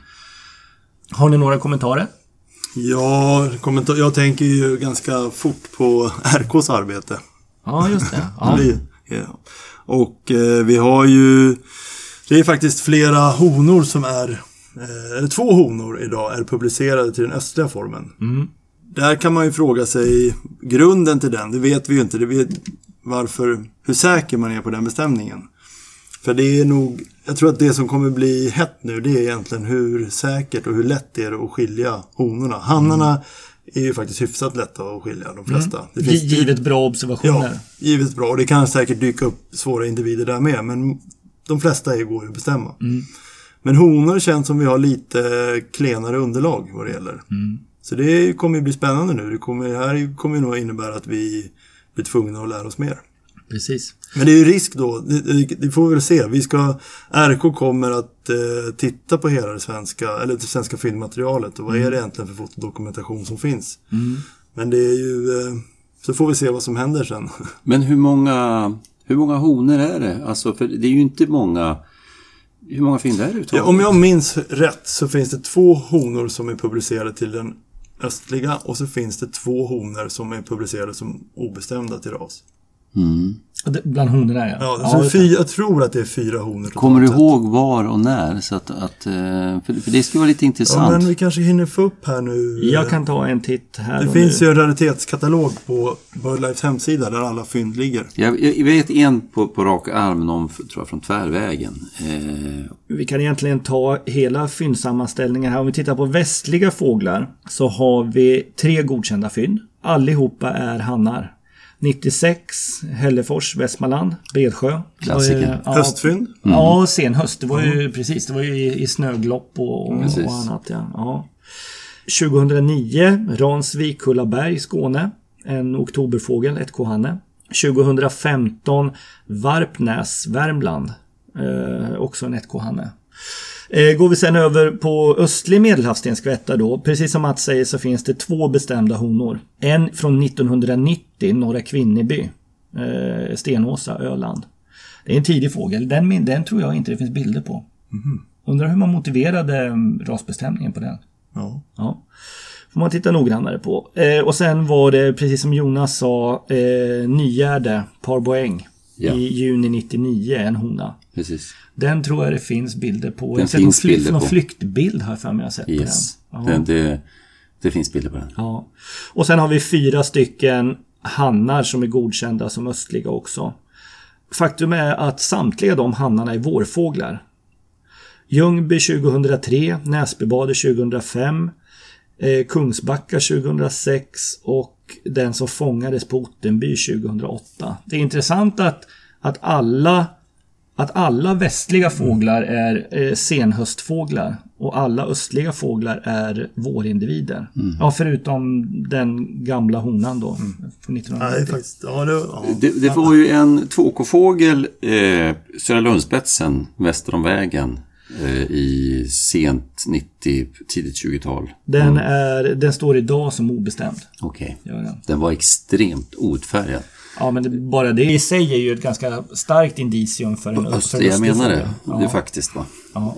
Har ni några kommentarer? Ja, jag tänker ju ganska fort på RKs arbete. Ja, just det. Ja. Och vi har ju... Det är faktiskt flera honor som eller 2 honor idag är publicerade till den östliga formen. Där kan man ju fråga sig grunden till den. Det vet vi ju inte. Hur säker man är på den bestämningen. För det är nog, jag tror att det som kommer bli hett nu, det är egentligen hur säkert och hur lätt det är att skilja honorna. Hannarna är ju faktiskt hyfsat lätta att skilja, de flesta. Det finns givet bra observationer. Ja, givet bra. Och det kan säkert dyka upp svåra individer där med, men de flesta går ju att bestämma. Men honor känns som vi har lite klenare underlag vad det gäller. Så det kommer ju bli spännande nu. Det här kommer ju nog innebära att vi blir tvungna att lära oss mer. Precis. Men det är ju risk då, det får vi väl se. RK kommer att titta på hela det svenska filmmaterialet och vad är det egentligen för fotodokumentation som finns. Men det är ju, så får vi se vad som händer sen. Men hur många honor är det? Alltså, för det är ju inte många. Hur många fynd är det? Om jag minns rätt så finns det 2 honor som är publicerade till den östliga och så finns det 2 honor som är publicerade som obestämda till ras. Bland honorna, jag tror att det är 4 honor. Kommer du ihåg var och när? Så att för det skulle vara lite intressant. Ja, men vi kanske hinner få upp här nu. Jag kan ta en titt här. Det finns ju en raritetskatalog på BirdLifes hemsida där alla fynd ligger. Jag vet en på rak arm, någon tror jag, från Tvärvägen. Vi kan egentligen ta hela fyndsammanställningen här. Om vi tittar på västliga fåglar så har vi 3 godkända fynd. Allihopa är hannar. 96, Hällefors, Västmanland, Bredsjö. Klassiker. Höstfynd? Ja, sen höst. Det var ju precis, det var ju i snöglopp och annat. Ja. 2009, Ransvik, Kullaberg, Skåne. En oktoberfågel, ett kohanne. 2015, Varpnäs, Värmland. Också en ett kohanne. Går vi sen över på östlig medelhavsstenskvätta då. Precis som Mats säger så finns det 2 bestämda honor. En från 1990, Norra Kvinneby, Stenåsa, Öland. Det är en tidig fågel. Den tror jag inte det finns bilder på. Undrar hur man motiverade rasbestämningen på den. Ja. Får man titta noggrannare på. Och sen var det, precis som Jonas sa, Nygärde, Parboäng. I juni 99, en hona. Precis. Den tror jag det finns bilder på. Den finns bilder någon flyktbild har för mig jag sett på den. Det finns bilder på den. Ja. Och sen har vi 4 stycken hannar som är godkända som östliga också. Faktum är att samtliga de hannarna är vårfåglar. Ljungby 2003, Näsbybade 2005, Kungsbacka 2006 och den som fångades på Ottenby 2008. Det är intressant att alla västliga fåglar är senhöstfåglar och alla östliga fåglar är vårindivider. Ja, förutom den gamla honan då från 1990. Det var ju en 2K-fågel Södra Lundspetsen väster om vägen i sent 90, tidigt 20-tal. Den står idag som obestämd. Okej. Den var extremt outfärgad. Ja, men bara det i sig är ju ett ganska starkt indicium för en östlig. Jag menar det. Ja. Det är faktiskt va. Ja.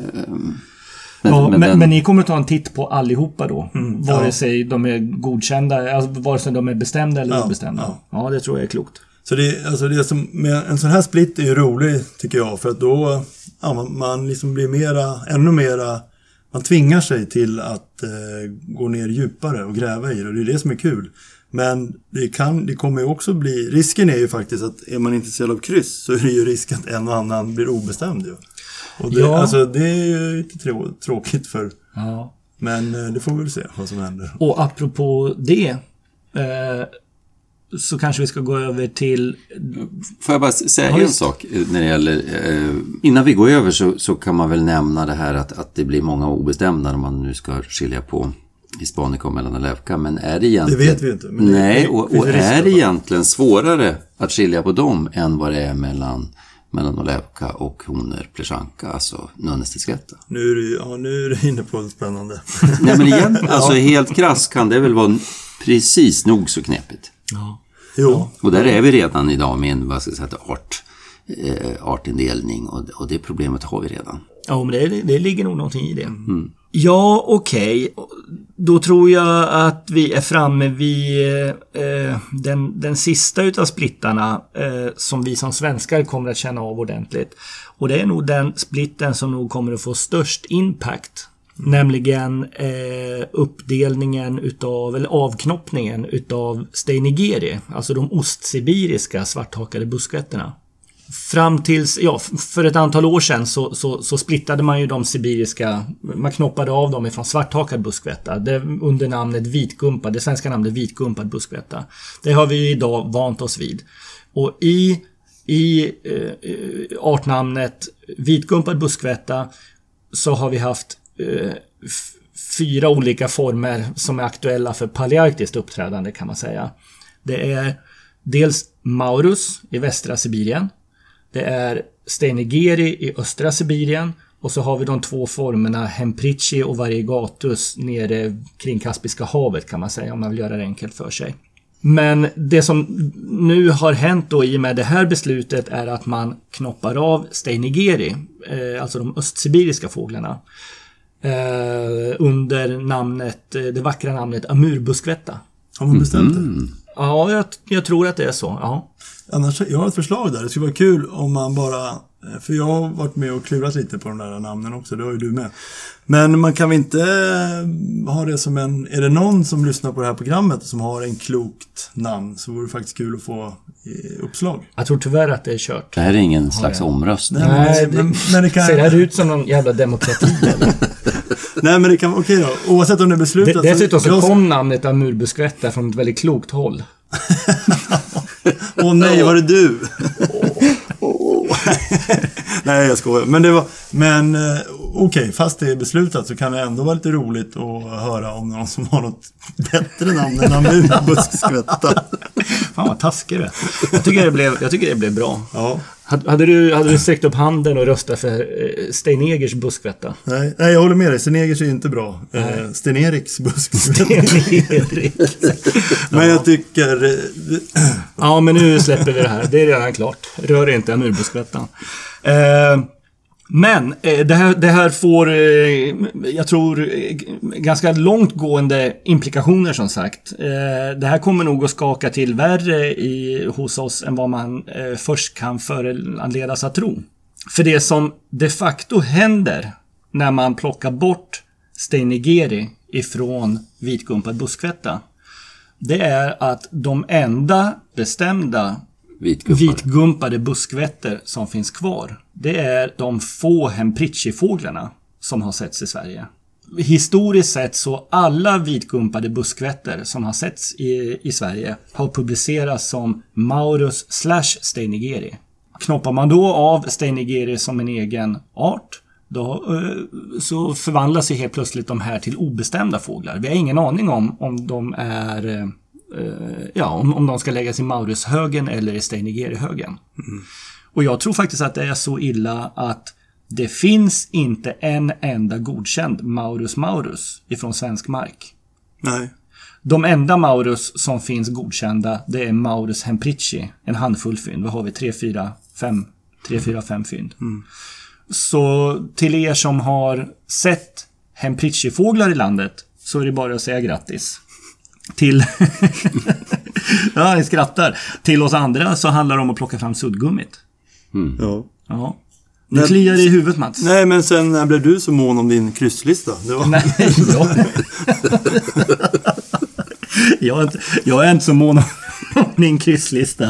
Men ni kommer att ta en titt på allihopa då. Vare sig de är godkända, alltså vare sig de är bestämda eller obestämda. Ja, det tror jag är klokt. Så det som med en sån här split är ju rolig tycker jag, för att då man liksom blir ännu mera, man tvingar sig till att gå ner djupare och gräva i det, och det är det som är kul. Men det kommer ju också bli, risken är ju faktiskt att är man intresserad av kryss så är det ju risk att en och annan blir obestämd ju. Och det är ju lite tråkigt för. Ja. Men det får vi väl se vad som händer. Och apropå det så kanske vi ska gå över till... Får jag bara säga en sak när det gäller... innan vi går över så kan man väl nämna det här att det blir många obestämda när man nu ska skilja på Hispanica och Mellanolevka. Men är det egentligen... Det vet vi inte. Men nej, och är det egentligen svårare att skilja på dem än vad det är mellan Mellanolevka och honor Pleschanka, alltså Nönnestedskvätta? Nu är du inne på det spännande. Nej, men igen, alltså helt krass kan det väl vara precis nog så knepigt. Ja. Jo. Och där är vi redan idag med en artindelning och det problemet har vi redan. Ja, men det ligger nog någonting i det. Ja, okej. Då tror jag att vi är framme vid den sista utav splittarna som vi som svenskar kommer att känna av ordentligt. Och det är nog den splitten som nog kommer att få störst impact. Nämligen uppdelningen eller avknoppningen utav steinigeri, alltså de ostsibiriska svarthakade buskvätterna. Fram tills, för ett antal år sedan så splittade man ju de sibiriska, man knoppade av dem ifrån svarthakad buskvätta under namnet vitgumpad, det svenska namnet vitgumpad buskvätta. Det har vi idag vant oss vid. Och i artnamnet vitgumpad buskvätta så har vi haft 4 olika former som är aktuella för palearktiskt uppträdande kan man säga. Det är dels Maurus i västra Sibirien. Det är steinigeri i östra Sibirien. Och så har vi de 2 formerna Hemprichi och Variegatus nere kring Kaspiska havet kan man säga, om man vill göra det enkelt för sig. Men det som nu har hänt då i och med det här beslutet är att man knoppar av steinigeri, alltså de östsibiriska fåglarna, under det vackra namnet amurbuskvätta. Har man bestämt det? Ja, jag tror att det är så. Ja. Annars, jag har ett förslag där. Det skulle vara kul om man bara... För jag har varit med och klurat lite på de där namnen också. Det har ju du med. Men man kan väl inte ha det som en... Är det någon som lyssnar på det här programmet som har en klokt namn, så vore det faktiskt kul att få uppslag. Jag tror tyvärr att det är kört. Det här är ingen slags omröstning. Nej, men det kan... Ser det här ut som någon jävla demokrati eller? Nej, men det kan vara okej då. Oavsett om det är beslutat... Dessutom så kom namnet Amurbuskvätta från ett väldigt klokt håll. Åh nej, var det du? Nej, jag skojar. Men det var... Men okej, fast det är beslutat så kan det ändå vara lite roligt att höra om någon som har något bättre namn än Amurbuskvätta. Fan vad taskig det. Jag tycker det blev bra. Ja. Hade du sträckt upp handen och röstat för Sten-Egers buskvätta? Nej, jag håller med dig. Sten-Egers är ju inte bra. Sten-Eriks buskvätta. Sten-Erik. Men jag tycker... Ja, men nu släpper vi det här. Det är redan klart. Rör inte Amurbuskvättan. Men det här får, jag tror, ganska långtgående implikationer som sagt. Det här kommer nog att skaka till värre hos oss än vad man först kan föranledas att tro. För det som de facto händer när man plockar bort Sten-Egeri ifrån vitgumpad buskvätta, det är att de enda bestämda vitgumpade buskvätter som finns kvar, det är de få Hemprichi-fåglarna som har setts i Sverige. Historiskt sett så alla vitgumpade buskvätter som har setts i Sverige har publicerats som Maurus / Sten-Egeri. Knoppar man då av Sten-Egeri som en egen art, då så förvandlas ju helt plötsligt de här till obestämda fåglar. Vi har ingen aning om de är... om de ska läggas i Maurushögen eller i Sten-Egeri-högen. Och jag tror faktiskt att det är så illa att det finns inte en enda godkänd Maurus ifrån svensk mark. Nej. De enda Maurus som finns godkända, det är Maurus Hemprichi, en handfull fynd. Vad har vi? 3-4-5 fynd. Så till er som har sett Hemprichi-fåglar i landet så är det bara att säga grattis. Till ja, ni skrattar. Till oss andra så handlar det om att plocka fram suddgummit. Ja. Det kliar i huvudet, Mats. Nej, men sen när blev du så mån om din krysslista? Det var... Nej, jag är inte så mån om min krysslista.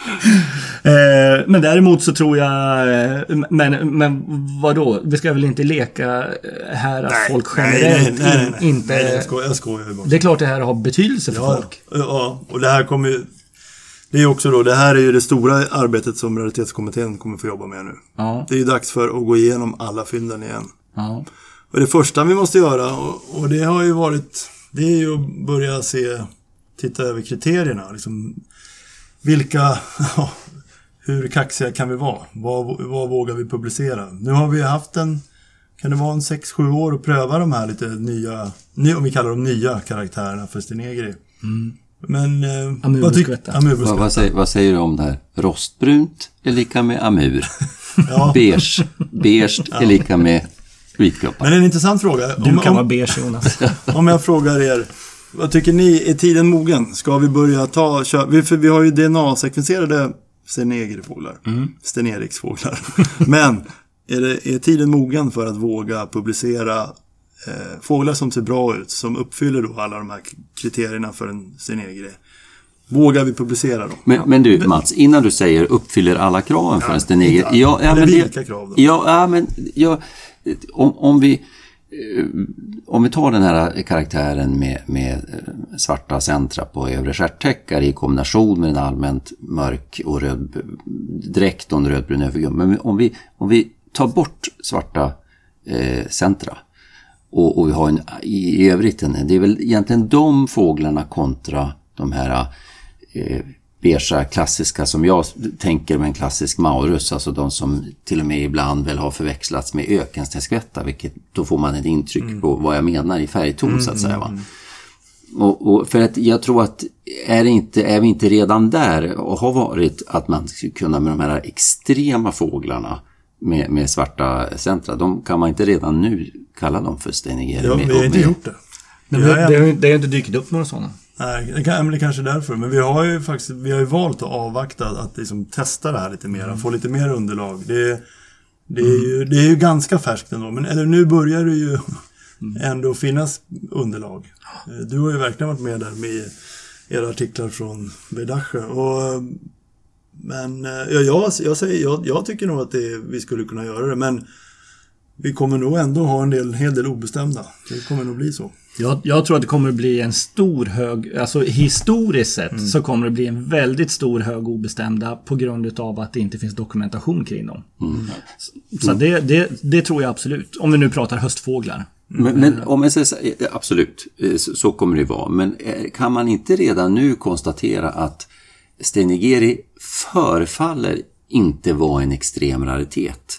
Men däremot så tror jag men vadå? Vi ska väl inte leka här att folk generellt inte... Nej, jag skojar bara. Det är klart det här har betydelse för folk. Ja, och det här kommer ju... Det är också då, det här är ju det stora arbetet som Raritetskommittén kommer få jobba med nu. Ja. Det är ju dags för att gå igenom alla fynden igen. Ja. Och det första vi måste göra, och det har ju varit... Det är ju att börja titta över kriterierna. Liksom, vilka... hur kaxiga kan vi vara? Vad vågar vi publicera? Nu har vi haft kan det vara 6-7 år att pröva de här lite nya, om vi kallar dem nya karaktärerna för Sten-Egeri. Men vad säger du om det här? Rostbrunt är lika med amur. Ja. Beige är lika med vitgumpad. Men en intressant fråga. Du kan vara beige, Jonas. Om jag frågar er, vad tycker ni, är tiden mogen? Ska vi börja för vi har ju DNA-sekvenserade Sten-Egeri-fåglar. Sten-Eriks-fåglar. Men är tiden mogen för att våga publicera fåglar som ser bra ut, som uppfyller då alla de här kriterierna för en Sten-Egeri? Vågar vi publicera dem? Men du, Mats, innan du säger uppfyller alla kraven för en Sten-Egeri. Vilka krav då? Om vi tar den här karaktären med svarta centra på övre stjärttäckar i kombination med en allmänt mörk och röd dräkt och en rödbrun övergum. Men om vi tar bort svarta centra och vi har i övrigt det är väl egentligen de fåglarna kontra de här beige klassiska som jag tänker med en klassisk Maurus, alltså de som till och med ibland väl har förväxlats med ökenstenskvätta, vilket då får man ett intryck på vad jag menar i färgton så att säga, va? Och för att jag tror att är vi inte redan där och har varit att man skulle kunna med de här extrema fåglarna med svarta centra, de kan man inte redan nu kalla dem för Sten-Egeri. Ja, vi har inte gjort det. Det har inte dykt upp några sådana. Nej, det är kanske därför. Men vi har ju valt att avvakta att liksom testa det här lite mer. Få lite mer underlag. Det är ju ganska färskt ändå. Men eller nu börjar det ju ändå finnas underlag. Du har ju verkligen varit med där med era artiklar från Vedache. Men jag tycker nog att vi skulle kunna göra det. Men vi kommer nog ändå ha en hel del obestämda. Det kommer nog bli så. Jag tror att det kommer att bli en stor hög, alltså historiskt sett så kommer det bli en väldigt stor hög obestämda på grund av att det inte finns dokumentation kring dem. Så det tror jag absolut, om vi nu pratar höstfåglar. Men om jag säger absolut, så kommer det vara. Men kan man inte redan nu konstatera att Steinigeri förefaller inte vara en extrem raritet?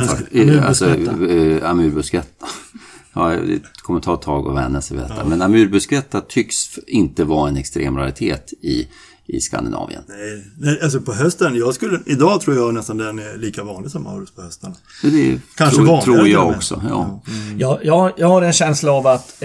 Amurbusketta. Ja, det kommer ta ett tag att vända sig vid detta. Ja. Men amurbusketta tycks inte vara en extrem raritet i Skandinavien. Nej, alltså på hösten, idag tror jag nästan den är lika vanlig som Maurus på hösten. Det kanske tror jag också. Ja. Jag har en känsla av att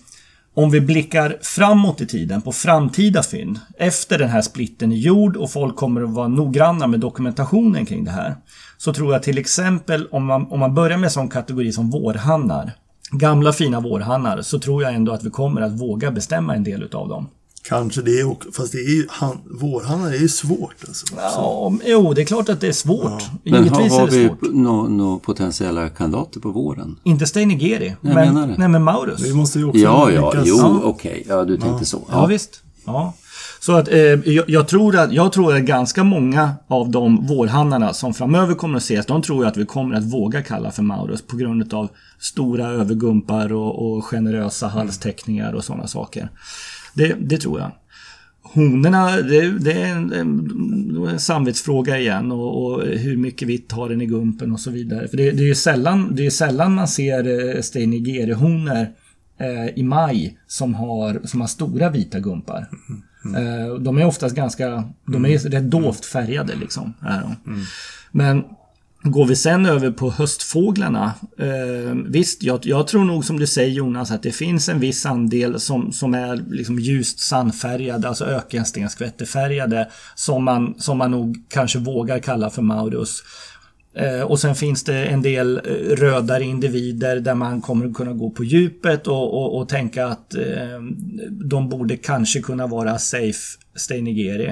om vi blickar framåt i tiden på framtida fynd efter den här splitten i jord och folk kommer att vara noggranna med dokumentationen kring det här, så tror jag till exempel om man börjar med en sån kategori som vårhannar, gamla fina vårhannar, så tror jag ändå att vi kommer att våga bestämma en del utav dem. Kanske det också, fast det är ju, vårhannar är ju svårt alltså. Jo, det är klart att det är svårt. Ja. Men har vi några potentiella kandidater på våren? Inte Steinigeri, men Maurus. Vi måste ju också okej. Ja, du tänkte så. Ja, visst. Ja. Så att jag tror att ganska många av de vårhannarna som framöver kommer att ses, de tror jag att vi kommer att våga kalla för Maurus på grund av stora övergumpar och generösa halstäckningar och sådana saker. Det tror jag. Honorna, det är en samvetsfråga igen och hur mycket vitt har den i gumpen och så vidare. För det är sällan man ser Steinigeri-honor i maj som har stora vita gumpar. De är oftast de är rätt dovt färgade liksom. Men går vi sen över på höstfåglarna, visst, jag tror nog som du säger Jonas att det finns en viss andel som är liksom ljust sandfärgade, alltså ökenstenskvättefärgade, som man nog kanske vågar kalla för Maurus. Och sen finns det en del rödare individer där man kommer att kunna gå på djupet och tänka att de borde kanske kunna vara safe Steinigeri.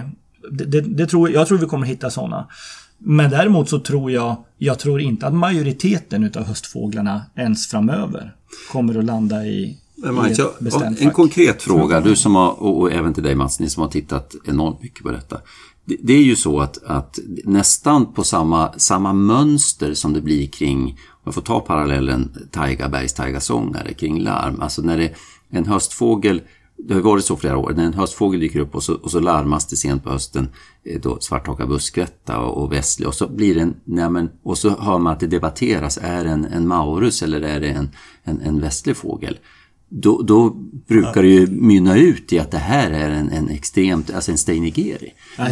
Jag tror vi kommer hitta sådana. Men däremot så tror jag tror inte att majoriteten utav höstfåglarna ens framöver kommer att landa i ett bestämt fack. En konkret fråga, du som har, och även till dig Mats, ni som har tittat enormt mycket på detta. Det är ju så att nästan på samma mönster som det blir kring, om jag får ta parallellen taigasångare kring larm. Alltså när det en höstfågel, det har varit så flera år, när en höstfågel dyker upp och så larmas det sent på hösten då svarthaka buskrätta och västlig, och så blir det och så hör man att det debatteras, är en Maurus eller är det en västlig fågel? Då brukar det ju mynna ut i att det här är en extremt, alltså en Steinigeri.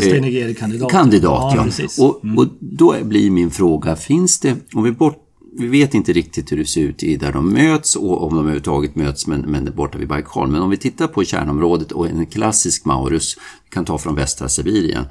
Kandidat, ja. Och då blir min fråga, finns det, vi vet inte riktigt hur det ser ut där de möts och om de överhuvudtaget möts men borta vid Baikal. Men om vi tittar på kärnområdet och en klassisk Maurus, vi kan ta från västra Sibirien.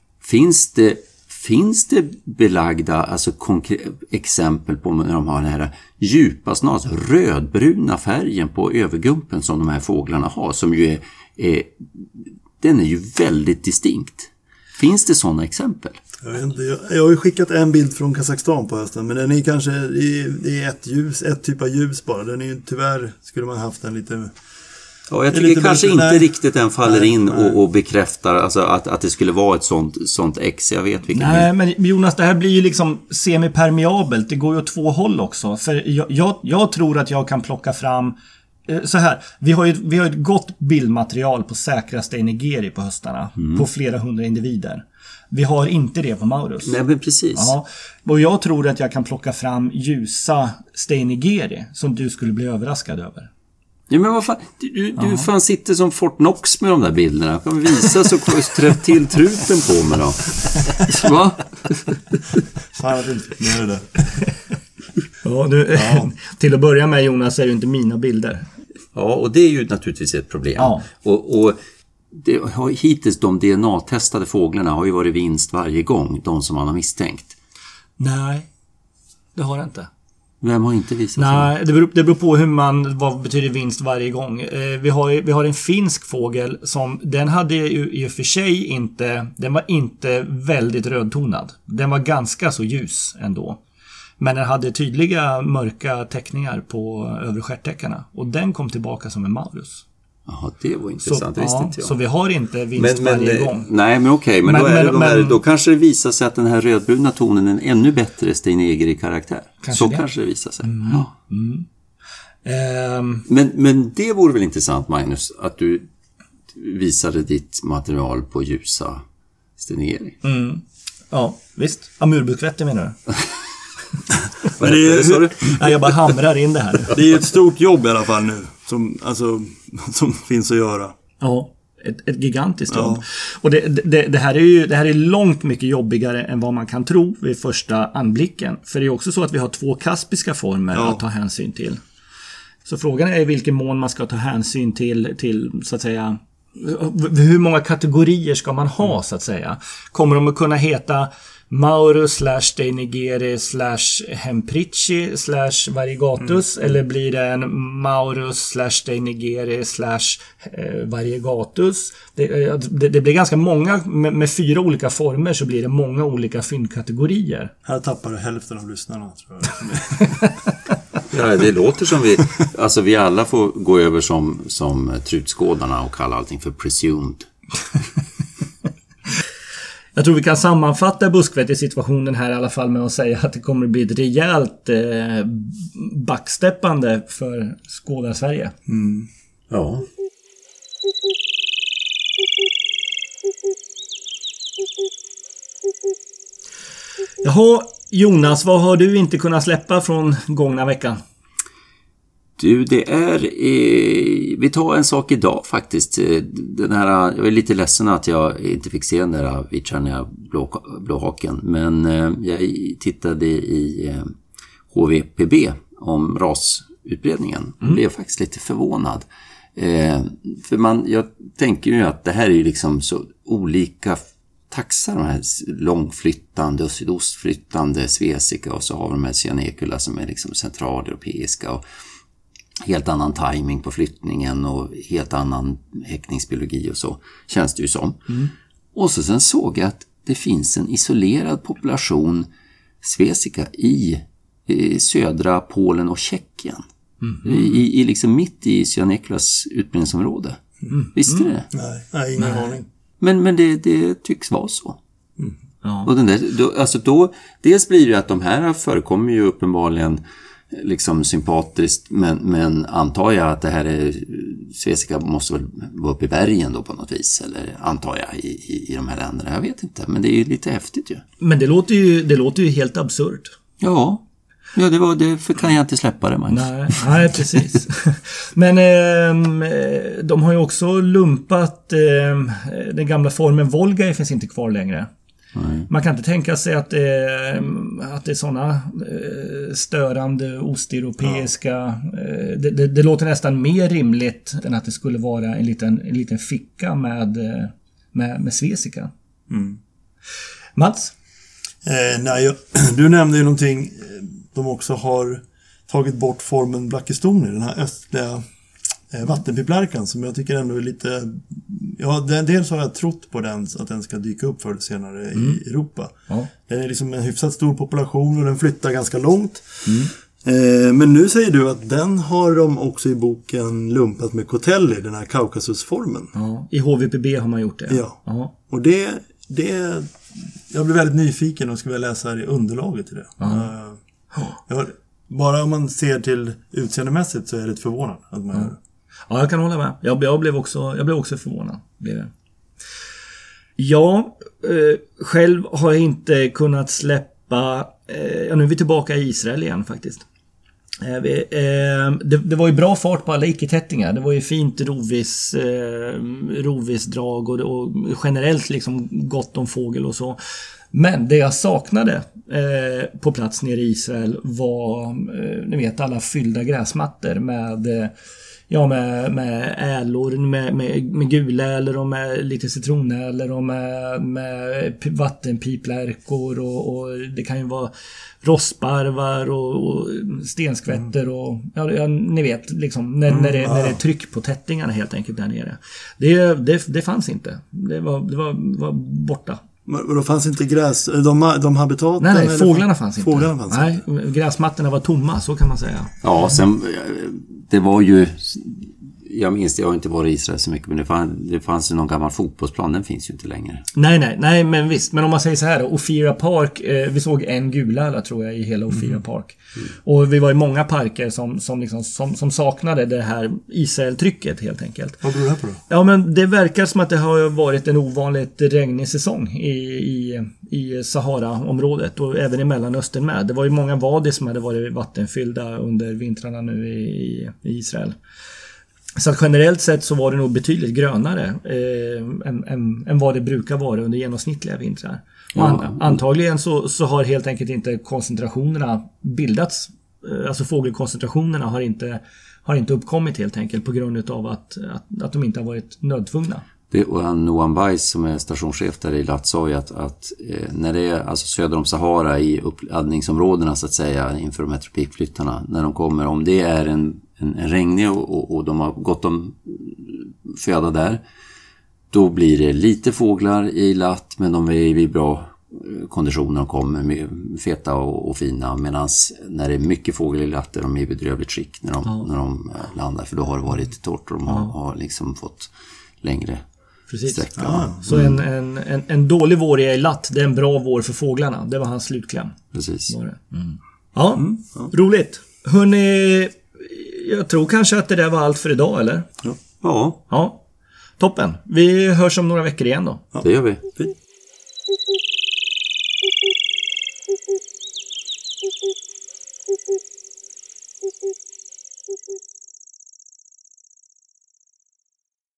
Finns det belagda, alltså exempel på när de har den här djupa, snarast rödbruna färgen på övergumpen som de här fåglarna har, som ju den är ju väldigt distinkt. Finns det sådana exempel? Jag vet inte, jag har ju skickat en bild från Kazakstan på hösten, men den är kanske, det är ett typ av ljus bara. Den är ju tyvärr, skulle man haft en lite... Ja, jag tycker kanske inte riktigt den faller in och bekräftar alltså att det skulle vara ett sånt X. Jag vet vilken. Nej, men Jonas, det här blir ju liksom semipermeabelt. Det går ju åt två håll också. För jag tror att jag kan plocka fram så här. Vi har ju ett gott bildmaterial på säkra Steinigeri på höstarna. På flera hundra individer. Vi har inte det på Maurus. Nej, men precis. Ja, och jag tror att jag kan plocka fram ljusa Steinigeri som du skulle bli överraskad över. Ja, men vad fan, du fan sitter som Fort Knox med de där bilderna. Kan vi visa så träff till truten på mig då. Va? Fan, vad inte med det. Ja, till att börja med Jonas är ju inte mina bilder. Ja, och det är ju naturligtvis ett problem. Ja. Och hittills de DNA-testade fåglarna har ju varit vinst varje gång, de som man har misstänkt. Nej, det har det inte. Vem har inte visat sig? Nej, det beror på vad betyder vinst varje gång. Vi har en finsk fågel som, den hade ju i och för sig inte, den var inte väldigt rödtonad. Den var ganska så ljus ändå. Men den hade tydliga mörka teckningar på övre stjärtäckarna. Och den kom tillbaka som en maurus. Jaha, det var intressant, det visste inte jag. Så vi har inte vinst varje gång. Nej, men okej. Men då kanske det visar sig att den här rödbruna tonen är en ännu bättre Steinegeri karaktär. Kanske det visar sig. Ja. Men det vore väl intressant, Magnus, att du visade ditt material på ljusa Steinegeri. Ja, visst. Amurbukvetter menar du? Men Nej, jag bara hamrar in det här. Det är ett stort jobb i alla fall nu som finns att göra. Ja, ett gigantiskt jobb. Och det här är långt mycket jobbigare än vad man kan tro vid första anblicken. För det är också så att vi har 2 kaspiska former att ta hänsyn till. Så frågan är i vilken mån man ska ta hänsyn till så att säga, hur många kategorier ska man ha så att säga. Kommer de att kunna heta Maurus / Steinegeri / Hemprici / variegatus, eller blir det en Maurus / Steinegeri / variegatus? Det blir ganska många, med 4 olika former så blir det många olika fyndkategorier. Här tappar du hälften av lyssnarna, tror jag. Ja, det låter som vi alla får gå över som trutskådarna och kalla allting för presumed. Jag tror vi kan sammanfatta buskvättersituationen här i alla fall med att säga att det kommer att bli ett rejält backsteppande för Skådar-Sverige. Ja. Jaha, Jonas, vad har du inte kunnat släppa från gångna veckan? Du, det är... vi tar en sak idag faktiskt. Jag är lite ledsen att jag inte fick se den där Vitjania blåhaken. Men jag tittade i HVPB om rasutbredningen. Och blev faktiskt lite förvånad. För jag tänker ju att det här är ju liksom så olika taxar. De här långflyttande och sydostflyttande Svesika. Och så har de här Cyanecula som är liksom centraleuropeiska och helt annan timing på flyttningen och helt annan häckningsbiologi och så känns det ju som. Och så sen såg jag att det finns en isolerad population Svesika i södra Polen och Tjeckien. I liksom mitt i Cyaneculas utbredningsområde. Visste du det? Nej, ingen aning. Men det tycks vara så. Och den där, dels blir det att de här förekommer ju uppenbarligen liksom sympatiskt, men antar jag att det här är Svesika måste väl vara uppe i bergen då på något vis, eller antar jag i de här länderna, jag vet inte, men det är ju lite häftigt ju. Men det låter ju helt absurt. Ja, för kan jag inte släppa det, Magnus. Nej, precis. Men de har ju också lumpat den gamla formen Volga finns inte kvar längre. Nej. Man kan inte tänka sig att det är sådana störande osteuropeiska... Det låter nästan mer rimligt än att det skulle vara en liten ficka med Svesika. Mats? Du nämnde ju någonting. De också har tagit bort formen Black Estonia, den här östliga vattenpipplärkan som jag tycker ändå är lite... Ja, dels har jag trott på den, att den ska dyka upp förr eller senare i Europa. Ja. Den är liksom en hyfsat stor population och den flyttar ganska långt. Men nu säger du att den har de också i boken lumpat med Cotelli, den här Kaukasusformen. Ja, i HVPB har man gjort det. Ja. Och det jag blir väldigt nyfiken och skulle vilja läsa i underlaget till det. Bara om man ser till utseendemässigt så är det förvånande att man gör det. Ja, jag kan hålla med. Jag blev också förvånad. Ja, själv har jag inte kunnat släppa... nu är vi tillbaka i Israel igen faktiskt. Det var ju bra fart på alla icke-tättingar. Det var ju fint rovisdrag och generellt liksom gott om fågel och så. Men det jag saknade på plats nere i Israel var, ni vet, alla fyllda gräsmattor med älor, med gulälor och med lite citronälor och med vattenpiplärkor och det kan ju vara rossbarvar och stenskvätter och ni vet liksom när det är tryck på tättingarna helt enkelt där nere. Det fanns inte. Det var borta. Men då fanns inte gräs, de habitaten? Nej, fåglarna fanns inte. Fåglarna fanns nej, gräsmattorna var tomma, så kan man säga. Ja, sen det var ju, jag minns, jag har inte varit i Israel så mycket, men det fanns ju någon gammal fotbollsplan, den finns ju inte längre. Nej, men visst. Men om man säger så här då, Ophira Park, vi såg en gula tror jag i hela Ophira Park. Och vi var i många parker som saknade det här Israel-trycket helt enkelt. Vad beror det på då? Ja, men det verkar som att det har varit en ovanligt regnig säsong i Sahara-området och även i Mellanöstern med. Det var ju många wadi som hade varit vattenfyllda under vintrarna nu i Israel. Så att generellt sett så var det nog betydligt grönare än vad det brukar vara under genomsnittliga vintrar. Och antagligen så har helt enkelt inte koncentrationerna bildats. Alltså fågelkoncentrationerna har inte uppkommit helt enkelt på grund av att de inte har varit nödtvungna. Och Noam Weiss som är stationschef där i Lat sa ju att när det är alltså söder om Sahara i uppladdningsområdena så att säga inför de här tropikflyttarna, när de kommer, om det är en regnig och de har gått om föda där, då blir det lite fåglar i Lat, men de är i bra konditioner och kommer feta och fina, medan när det är mycket fågel i Lat är de i bedrövligt skick när de landar, för då har det varit torrt och de har liksom fått längre sträckor. Så en dålig vår i Lat, det är en bra vår för fåglarna. Det var hans slutkläm. Precis. Roligt. Hörrni, jag tror kanske att det där var allt för idag, eller? Ja. Toppen. Vi hörs om några veckor igen då. Det gör vi.